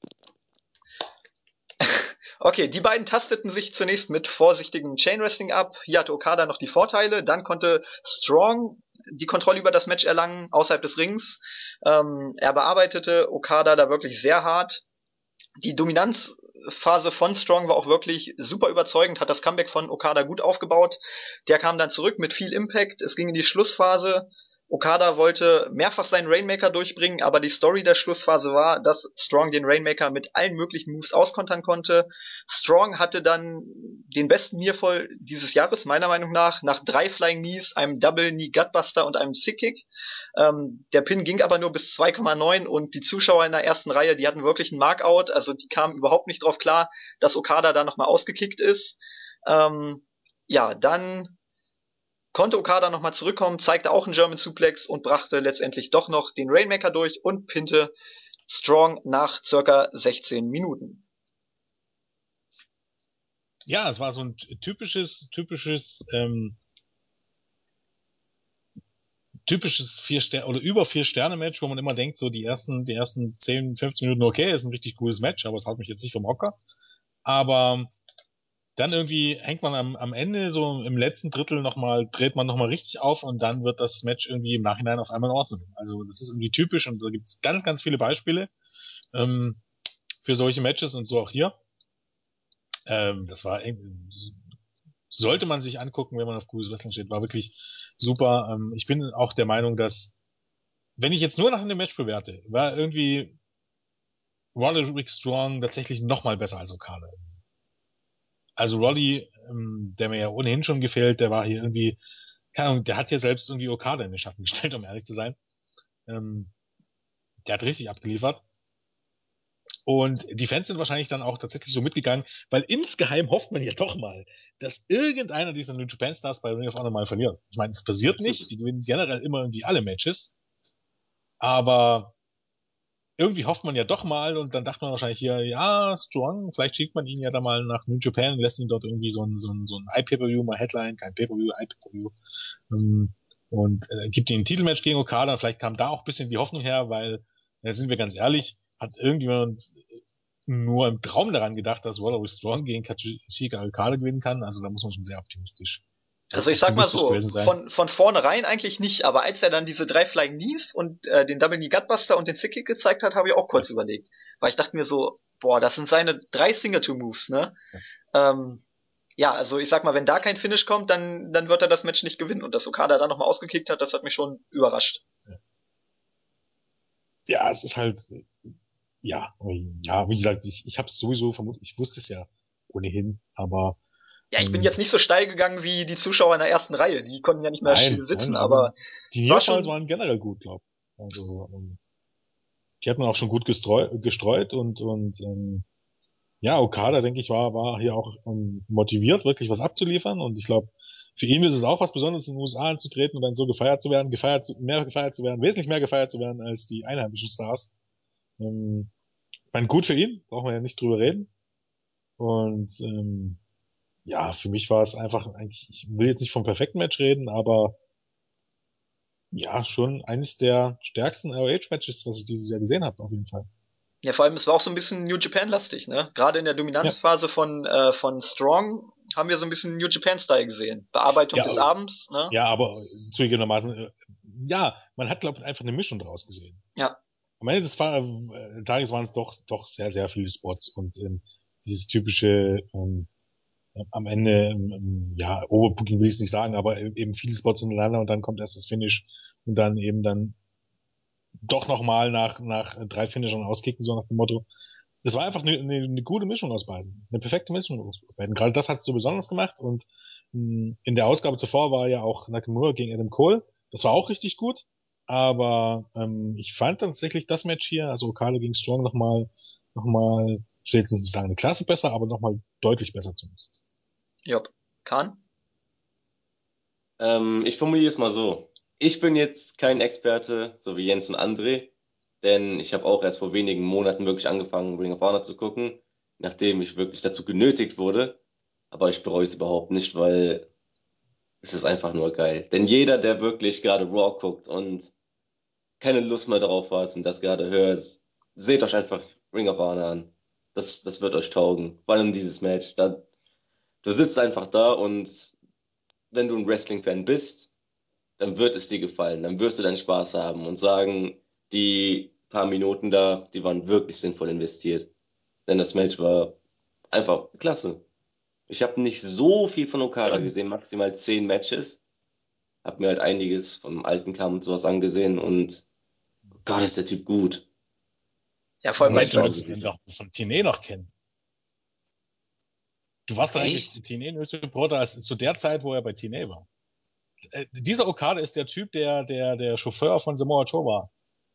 Okay, die beiden tasteten sich zunächst mit vorsichtigem Chain Wrestling ab. Hier hatte Okada noch die Vorteile. Dann konnte Strong die Kontrolle über das Match erlangen, außerhalb des Rings. Er bearbeitete Okada da wirklich sehr hart. Die Dominanzphase von Strong war auch wirklich super überzeugend, hat das Comeback von Okada gut aufgebaut. Der kam dann zurück mit viel Impact. Es ging in die Schlussphase. Okada wollte mehrfach seinen Rainmaker durchbringen, aber die Story der Schlussphase war, dass Strong den Rainmaker mit allen möglichen Moves auskontern konnte. Strong hatte dann den besten Nearfall dieses Jahres, meiner Meinung nach 3 Flying Knees, einem Double Knee Gutbuster und einem Sick Kick. Der Pin ging aber nur bis 2,9 und die Zuschauer in der ersten Reihe, die hatten wirklich einen Markout, also die kamen überhaupt nicht drauf klar, dass Okada da nochmal ausgekickt ist. Ja, dann konnte Okada nochmal zurückkommen, zeigte auch einen German Suplex und brachte letztendlich doch noch den Rainmaker durch und pinte Strong nach circa 16 Minuten. Ja, es war so ein typisches 4 Sterne oder über 4 Sterne Match, wo man immer denkt, so die ersten 10, 15 Minuten, okay, ist ein richtig cooles Match, aber es haut mich jetzt nicht vom Hocker. Aber dann irgendwie hängt man am Ende, so im letzten Drittel nochmal, dreht man nochmal richtig auf und dann wird das Match irgendwie im Nachhinein auf einmal in Ordnung. Also das ist irgendwie typisch und da gibt es ganz, ganz viele Beispiele ähm, für solche Matches und so auch hier. Das war sollte man sich angucken, wenn man auf cooles Wrestling steht. War wirklich super. Ich bin auch der Meinung, dass wenn ich jetzt nur nach einem Match bewerte, war irgendwie Roderick Strong tatsächlich nochmal besser als Okada. Also Roddy, der mir ja ohnehin schon gefällt, der war hier irgendwie, keine Ahnung, der hat hier selbst irgendwie Okada in den Schatten gestellt, um ehrlich zu sein. Ähm, Der hat richtig abgeliefert. Und die Fans sind wahrscheinlich dann auch tatsächlich so mitgegangen, weil insgeheim hofft man ja doch mal, dass irgendeiner dieser New Japan Stars bei Ring of Honor mal verliert. Ich meine, es passiert nicht, die gewinnen generell immer irgendwie alle Matches, aber irgendwie hofft man ja doch mal und dann dachte man wahrscheinlich hier, ja, Strong, vielleicht schickt man ihn ja da mal nach New Japan und lässt ihn dort irgendwie so ein iPay-Per-View mal Headline, kein Pay-Per-View, iPay-Per-View, und gibt ihm ein Titelmatch gegen Okada. Vielleicht kam da auch ein bisschen die Hoffnung her, weil, sind wir ganz ehrlich, hat irgendjemand nur im Traum daran gedacht, dass Roderick Strong gegen Kazuchika Okada gewinnen kann. Also da muss man schon sehr Also ich sag mal optimistisch so, gewesen sein. von vornherein eigentlich nicht, aber als er dann diese 3 Flying Knees und den Double Knee Gutbuster und den Sick Kick gezeigt hat, habe ich auch kurz überlegt. Weil ich dachte mir so, boah, das sind seine 3 Signature Moves, ne? Ähm, ja, also ich sag mal, wenn da kein Finish kommt, dann wird er das Match nicht gewinnen. Und dass Okada dann nochmal ausgekickt hat, das hat mich schon überrascht. Ja, es ist halt, ja, ja, wie gesagt, ich habe es sowieso vermutet, ich wusste es ja ohnehin, aber Ja, ich bin jetzt nicht so steil gegangen wie die Zuschauer in der ersten Reihe. Die konnten ja nicht mehr still sitzen, aber aber die es war Nearfalls schon, waren generell gut, glaube ich. Also die hat man auch schon gut gestreut und ja, Okada, denke ich, war hier auch motiviert, wirklich was abzuliefern. Und ich glaube, für ihn ist es auch was Besonderes, in den USA anzutreten und dann so gefeiert zu werden, mehr gefeiert zu werden, wesentlich mehr gefeiert zu werden als die einheimischen Stars. Ich meine, gut für ihn, brauchen wir ja nicht drüber reden. Und ja, für mich war es einfach eigentlich, ich will jetzt nicht vom perfekten Match reden, aber ja, schon eines der stärksten ROH-Matches, was ich dieses Jahr gesehen habe, auf jeden Fall. ja, vor allem, es war auch so ein bisschen New Japan-lastig, ne? Gerade in der Ja, Dominanzphase von Strong haben wir so ein bisschen New Japan-Style gesehen. Bearbeitung ja, des Abends, ne? ja, aber zugegebenermaßen, ja, man hat, glaube ich, einfach eine Mischung daraus gesehen. Ja, Am Ende des Tages waren es doch sehr, sehr viele Spots und dieses typische, am Ende, ja, Overbooking will ich es nicht sagen, aber eben viele Spots hintereinander und dann kommt erst das Finish und dann eben dann doch nochmal nach 3 Finishern auskicken, so nach dem Motto. Das war einfach eine gute Mischung aus beiden. Eine perfekte Mischung aus beiden. Gerade das hat es so besonders gemacht und in der Ausgabe zuvor war ja auch Nakamura gegen Adam Cole. Das war auch richtig gut. Aber ich fand tatsächlich das Match hier, also Okada gegen Strong nochmal, ich will jetzt nicht sagen eine Klasse besser, aber nochmal deutlich besser zumindest. Job. Kahn? Ich formuliere es mal so. Ich bin jetzt kein Experte, so wie Jens und André, denn ich habe auch erst vor wenigen Monaten wirklich angefangen, Ring of Honor zu gucken, nachdem ich wirklich dazu genötigt wurde. Aber ich bereue es überhaupt nicht, weil es ist einfach nur geil. Denn jeder, der wirklich gerade Raw guckt und keine Lust mehr darauf hat und das gerade hört, seht euch einfach Ring of Honor an. Das wird euch taugen. Vor allem dieses Match. Du sitzt einfach da und wenn du ein Wrestling-Fan bist, dann wird es dir gefallen. Dann wirst du deinen Spaß haben und sagen, die paar Minuten da, die waren wirklich sinnvoll investiert. Denn das Match war einfach klasse. Ich habe nicht so viel von Okada gesehen, maximal 10 Matches. Hab mir halt einiges vom alten Kampf und sowas angesehen und Gott, ist der Typ gut. Ja, vor Du allem Und bei, ich musst, du glaube, musst den doch von TNA noch kennen. Du warst doch eigentlich echt? TNA News Reporter als zu der Zeit, wo er bei TNA war. Dieser Okada ist der Typ, der Chauffeur von Samoa Joe war.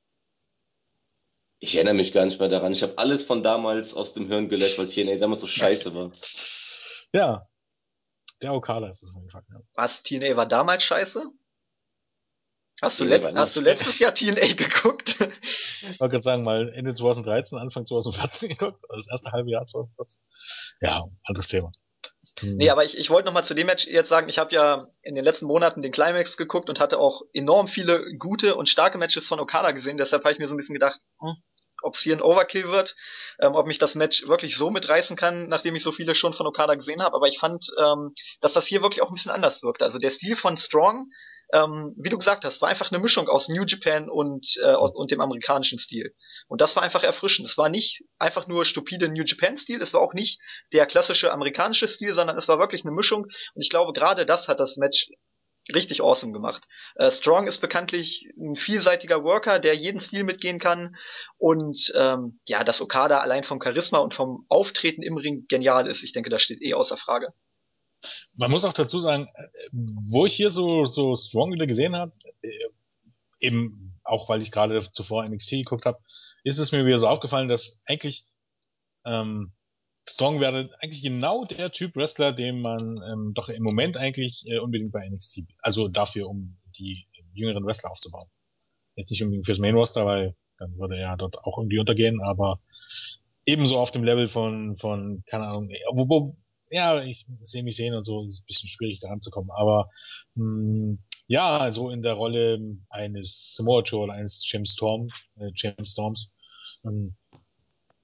Ich erinnere mich gar nicht mehr daran. Ich habe alles von damals aus dem Hirn gelöscht, weil TNA damals so Okay. scheiße war. Ja, der Okada ist es auf jeden Fall. Ja. was, TNA war damals scheiße? TNA war nie Hast du schlecht. letztes Jahr TNA geguckt? Ich wollte gerade sagen, mal Ende 2013, Anfang 2014 geguckt, also das erste halbe Jahr 2014. Ja, anderes Thema. Nee, Hm. aber ich wollte noch mal zu dem Match jetzt sagen, ich habe ja in den letzten Monaten den Climax geguckt und hatte auch enorm viele gute und starke Matches von Okada gesehen. Deshalb habe ich mir so ein bisschen gedacht, ob es hier ein Overkill wird, ob mich das Match wirklich so mitreißen kann, nachdem ich so viele schon von Okada gesehen habe. Aber ich fand, dass das hier wirklich auch ein bisschen anders wirkt. Also der Stil von Strong, wie du gesagt hast, war einfach eine Mischung aus New Japan und dem amerikanischen Stil. Und das war einfach erfrischend. Es war nicht einfach nur stupide New Japan-Stil, es war auch nicht der klassische amerikanische Stil, sondern es war wirklich eine Mischung. Und ich glaube, gerade das hat das Match richtig awesome gemacht. Strong ist bekanntlich ein vielseitiger Worker, der jeden Stil mitgehen kann. Und ja, dass Okada allein vom Charisma und vom Auftreten im Ring genial ist, ich denke, das steht eh außer Frage. Man muss auch dazu sagen, wo ich hier so Strong wieder gesehen habe, eben auch weil ich gerade zuvor NXT geguckt habe, ist es mir wieder so aufgefallen, dass eigentlich ähm, Strong wäre eigentlich genau der Typ Wrestler, den man doch im Moment eigentlich unbedingt bei NXT, also dafür, um die jüngeren Wrestler aufzubauen. Jetzt nicht unbedingt fürs Main Roster, weil dann würde er dort auch irgendwie untergehen, aber ebenso auf dem Level keine Ahnung, ja, ich sehe mich sehen und so, ist ein bisschen schwierig da ranzukommen, aber ja, so in der Rolle eines Samoa Joe oder eines James Storms, ähm,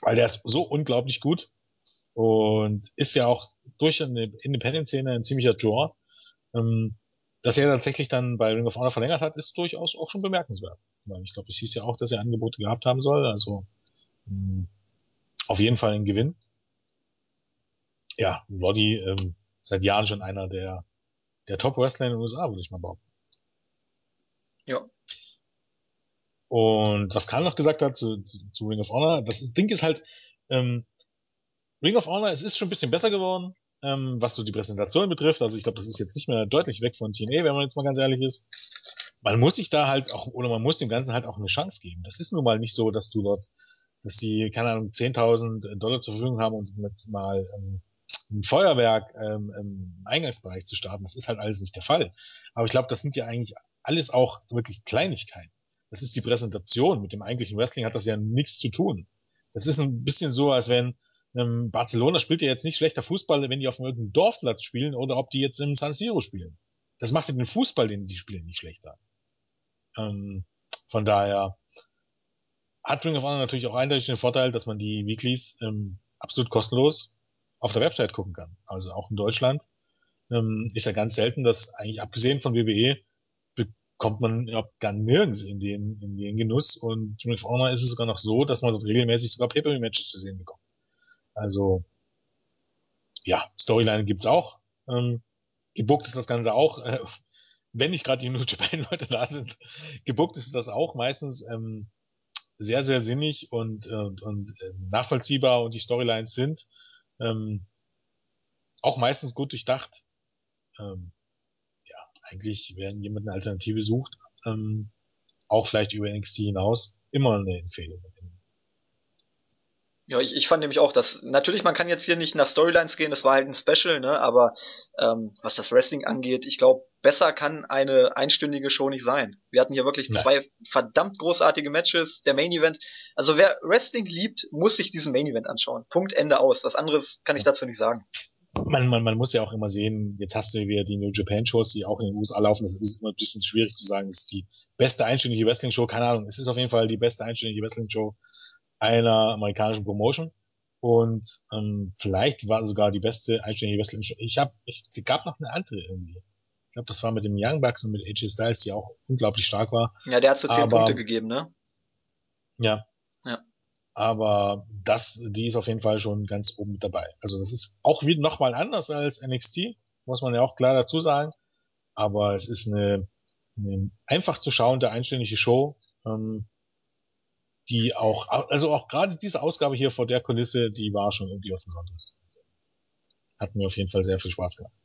weil der ist so unglaublich gut und ist ja auch durch eine Independent-Szene ein ziemlicher Draw. Dass er tatsächlich dann bei Ring of Honor verlängert hat, ist durchaus auch schon bemerkenswert. Weil ich glaube, es hieß ja auch, dass er Angebote gehabt haben soll. Also auf jeden Fall ein Gewinn. Ja, Roddy seit Jahren schon einer der Top-Wrestler in den USA, würde ich mal behaupten. Ja. Und was Karl noch gesagt hat zu Ring of Honor, Ding ist halt, Ring of Honor, es ist schon ein bisschen besser geworden, was so die Präsentation betrifft. Also ich glaube, das ist jetzt nicht mehr deutlich weg von TNA, wenn man jetzt mal ganz ehrlich ist. Man muss sich da halt auch, oder man muss dem Ganzen halt auch eine Chance geben. Das ist nun mal nicht so, dass dass die, keine Ahnung, $10.000 zur Verfügung haben und jetzt mal ein Feuerwerk im Eingangsbereich zu starten. Das ist halt alles nicht der Fall. Aber ich glaube, das sind ja eigentlich alles auch wirklich Kleinigkeiten. Das ist die Präsentation. Mit dem eigentlichen Wrestling hat das ja nichts zu tun. Das ist ein bisschen so, als wenn Barcelona spielt ja jetzt nicht schlechter Fußball, wenn die auf irgendeinem Dorfplatz spielen oder ob die jetzt im San Siro spielen. Das macht ja den Fußball, den die spielen, nicht schlechter. Ähm, von daher hat Ring of Honor natürlich auch eindeutig den Vorteil, dass man die Weeklies absolut kostenlos auf der Website gucken kann. Also auch in Deutschland ist ja ganz selten, dass eigentlich abgesehen von WWE bekommt man überhaupt gar nirgends in den Genuss. Und Ring of Honor ist es sogar noch so, dass man dort regelmäßig sogar Pay-Per-View-Matches zu sehen bekommt. Also ja, Storyline gibt's auch. Gebuckt ist das Ganze auch. Wenn nicht gerade die New Japan Leute da sind, gebuckt ist das auch meistens sehr, sehr sinnig und nachvollziehbar und die Storylines sind ähm, auch meistens gut durchdacht. Ähm, ja, eigentlich, wenn jemand eine Alternative sucht, auch vielleicht über NXT hinaus, immer eine Empfehlung. Ja, ich fand nämlich auch, dass natürlich man kann jetzt hier nicht nach Storylines gehen, das war halt ein Special, ne? Aber was das Wrestling angeht, ich glaube, besser kann eine einstündige Show nicht sein. Wir hatten hier wirklich Nein. zwei verdammt großartige Matches, der Main Event. Also wer Wrestling liebt, muss sich diesen Main Event anschauen. Punkt, Ende aus. Was anderes kann ich dazu nicht sagen. Man muss ja auch immer sehen, jetzt hast du wieder die New Japan Shows, die auch in den USA laufen. Das ist immer ein bisschen schwierig zu sagen, das ist die beste einstündige Wrestling Show. Keine Ahnung, es ist auf jeden Fall die beste einstündige Wrestling Show einer amerikanischen Promotion. Und vielleicht war sogar die beste einstündige Wrestling Show. Es gab noch eine andere irgendwie. Ich glaube, das war mit dem Young Bucks und mit AJ Styles, die auch unglaublich stark war. Ja, der hat so 10 Punkte Aber gegeben, ne? ja, Ja. aber die ist auf jeden Fall schon ganz oben mit dabei. Also das ist auch wieder nochmal anders als NXT, muss man ja auch klar dazu sagen. Aber es ist eine einfach zu schauende einstündige Show, die auch, also auch gerade diese Ausgabe hier vor der Kulisse, die war schon irgendwie was Besonderes. Hat mir auf jeden Fall sehr viel Spaß gemacht.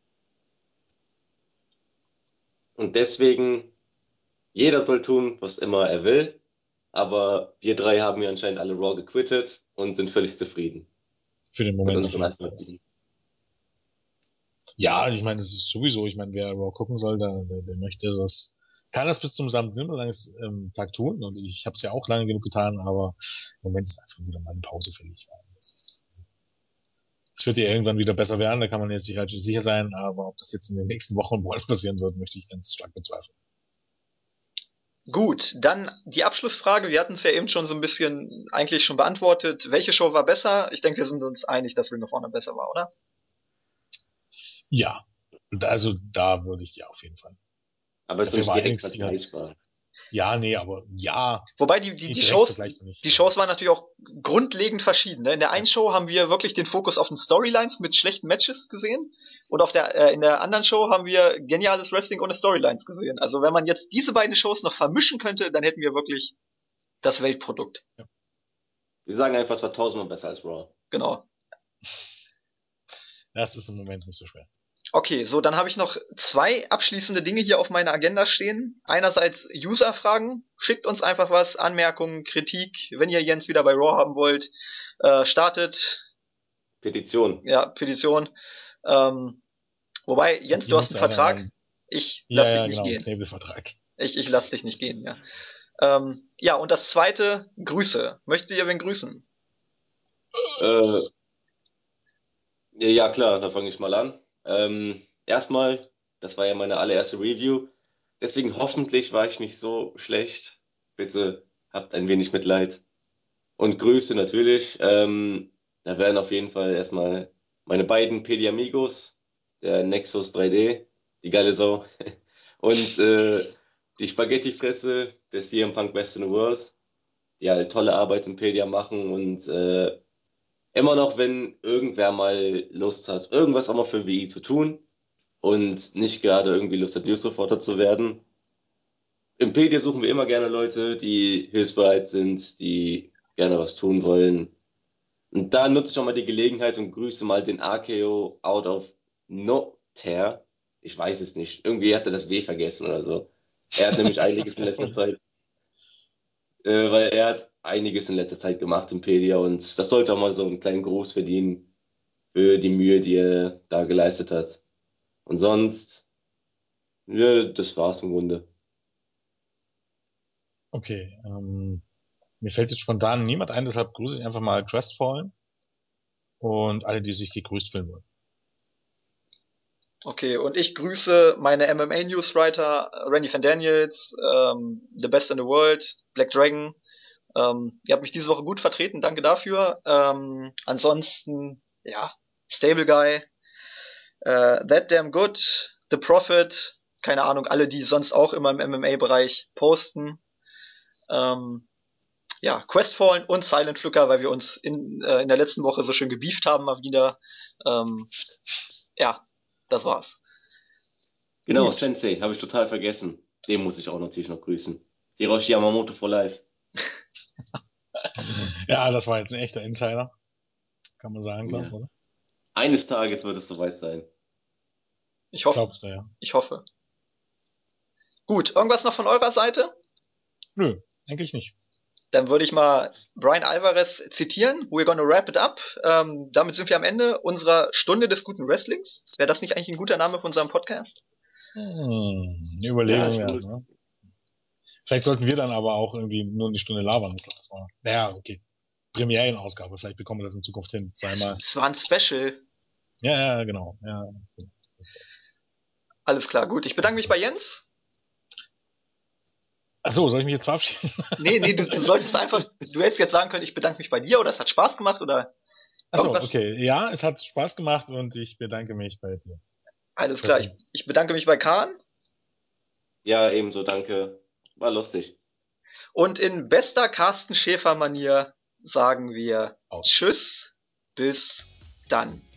Und deswegen, jeder soll tun, was immer er will. Aber wir drei haben ja anscheinend alle Raw gequittet und sind völlig zufrieden Für den mit Moment auf unseren jeden Fall. Alternativen. Ja, ich meine, das ist sowieso, ich meine, wer Raw gucken soll, der möchte das, kann das bis zum langes Tag tun und ich habe es ja auch lange genug getan, aber im Moment ist einfach wieder mal eine Pause fällig. Es wird ja irgendwann wieder besser werden, da kann man jetzt sicher sein, aber ob das jetzt in den nächsten Wochen und Monaten passieren wird, möchte ich ganz stark bezweifeln. Gut, dann die Abschlussfrage. Wir hatten es ja eben schon so ein bisschen eigentlich schon beantwortet. Welche Show war besser? Ich denke, wir sind uns einig, dass Ring of Honor besser war, oder? Ja, also da würde ich ja auf jeden Fall. Aber es ist doch Dafür nicht war direkt NXT halt, vergleichbar. ja, nee, aber ja, Wobei die direkt vergleichbar nicht. Die Shows waren natürlich auch grundlegend verschieden. Ne? In der Ja. einen Show haben wir wirklich den Fokus auf den Storylines mit schlechten Matches gesehen und in der anderen Show haben wir geniales Wrestling ohne Storylines gesehen. Also wenn man jetzt diese beiden Shows noch vermischen könnte, dann hätten wir wirklich das Weltprodukt. Ja. Wir sagen einfach, es war tausendmal besser als Raw. Genau. Das ist im Moment nicht so schwer. Okay, so, dann habe ich noch zwei abschließende Dinge hier auf meiner Agenda stehen. Einerseits User-Fragen. Schickt uns einfach was, Anmerkungen, Kritik. Wenn ihr Jens wieder bei Raw haben wollt, startet. Petition. Ja, Petition. Ähm, wobei, Jens, Ihr du hast müsst einen einfach Vertrag. mal, Ich ja, lass dich ja, nicht genau, gehen. Knebelvertrag. Ich lass dich nicht gehen, ja. Ja, und das zweite, Grüße. Möchtet ihr wen grüßen? Äh, ja, klar, da fange ich mal an. Erstmal, das war ja meine allererste Review. Deswegen hoffentlich war ich nicht so schlecht. Bitte habt ein wenig Mitleid. Und Grüße natürlich. Da wären auf jeden Fall erstmal meine beiden Pediamigos, der Nexus 3D, die geile Sau, und die Spaghetti-Fresse, der CM Punk Best in the World, die halt tolle Arbeit im Pedia machen und immer noch, wenn irgendwer mal Lust hat, irgendwas auch mal für WI zu tun und nicht gerade irgendwie Lust hat, News-Reporter zu werden. Im Pedia suchen wir immer gerne Leute, die hilfsbereit sind, die gerne was tun wollen. Und da nutze ich auch mal die Gelegenheit und grüße mal den RKO out of Nowhere. Ich weiß es nicht. Irgendwie hat er das W vergessen oder so. Er hat nämlich einiges in letzter Zeit, weil er hat einiges in letzter Zeit gemacht im Pedia und das sollte auch mal so einen kleinen Gruß verdienen für die Mühe, die er da geleistet hat. Und sonst, ja, das war's im Grunde. Okay, mir fällt jetzt spontan niemand ein, deshalb grüße ich einfach mal Crestfallen und alle, die sich gegrüßt fühlen wollen. Okay, und ich grüße meine MMA-Newswriter Randy Van Daniels, The Best in the World, Black Dragon. Ihr habt mich diese Woche gut vertreten, danke dafür. Ansonsten, ja, Stable Guy, That Damn Good, The Prophet, keine Ahnung, alle, die sonst auch immer im MMA-Bereich posten. Ja, Questfallen und Silent Flicker, weil wir uns in der letzten Woche so schön gebieft haben mal wieder. Ähm, ja, das war's. Genau, Gut. Sensei, habe ich total vergessen. Den muss ich auch natürlich noch grüßen. Hiroshi Yamamoto for life. Ja, das war jetzt ein echter Insider, kann man sagen, glaube Ja. ich, oder? Eines Tages wird es soweit sein. Ich hoffe. Glaubst du, ja? Ich hoffe. Gut, irgendwas noch von eurer Seite? Nö, eigentlich nicht. Dann würde ich mal Brian Alvarez zitieren. We're gonna wrap it up. Damit sind wir am Ende unserer Stunde des guten Wrestlings. Wäre das nicht eigentlich ein guter Name für unseren Podcast? Eine Ja, Überlegung ich wert, muss. ne? Vielleicht sollten wir dann aber auch irgendwie nur eine Stunde labern. Ich glaub, das war, naja, okay. Premierenausgabe, vielleicht bekommen wir das in Zukunft hin. Zweimal. Es war ein Special. Ja, ja, genau. Ja, Alles klar, gut. Ich bedanke mich bei Jens. ach so, soll ich mich jetzt verabschieden? Nee, du solltest einfach, du hättest jetzt sagen können, ich bedanke mich bei dir oder es hat Spaß gemacht oder Ach so, irgendwas. okay. Ja, es hat Spaß gemacht und ich bedanke mich bei dir. Alles klar, Das ich, ist ich bedanke mich bei Kahn Ja, ebenso, danke. War lustig. und in bester Carsten Schäfer-Manier sagen wir aus. Tschüss, bis dann.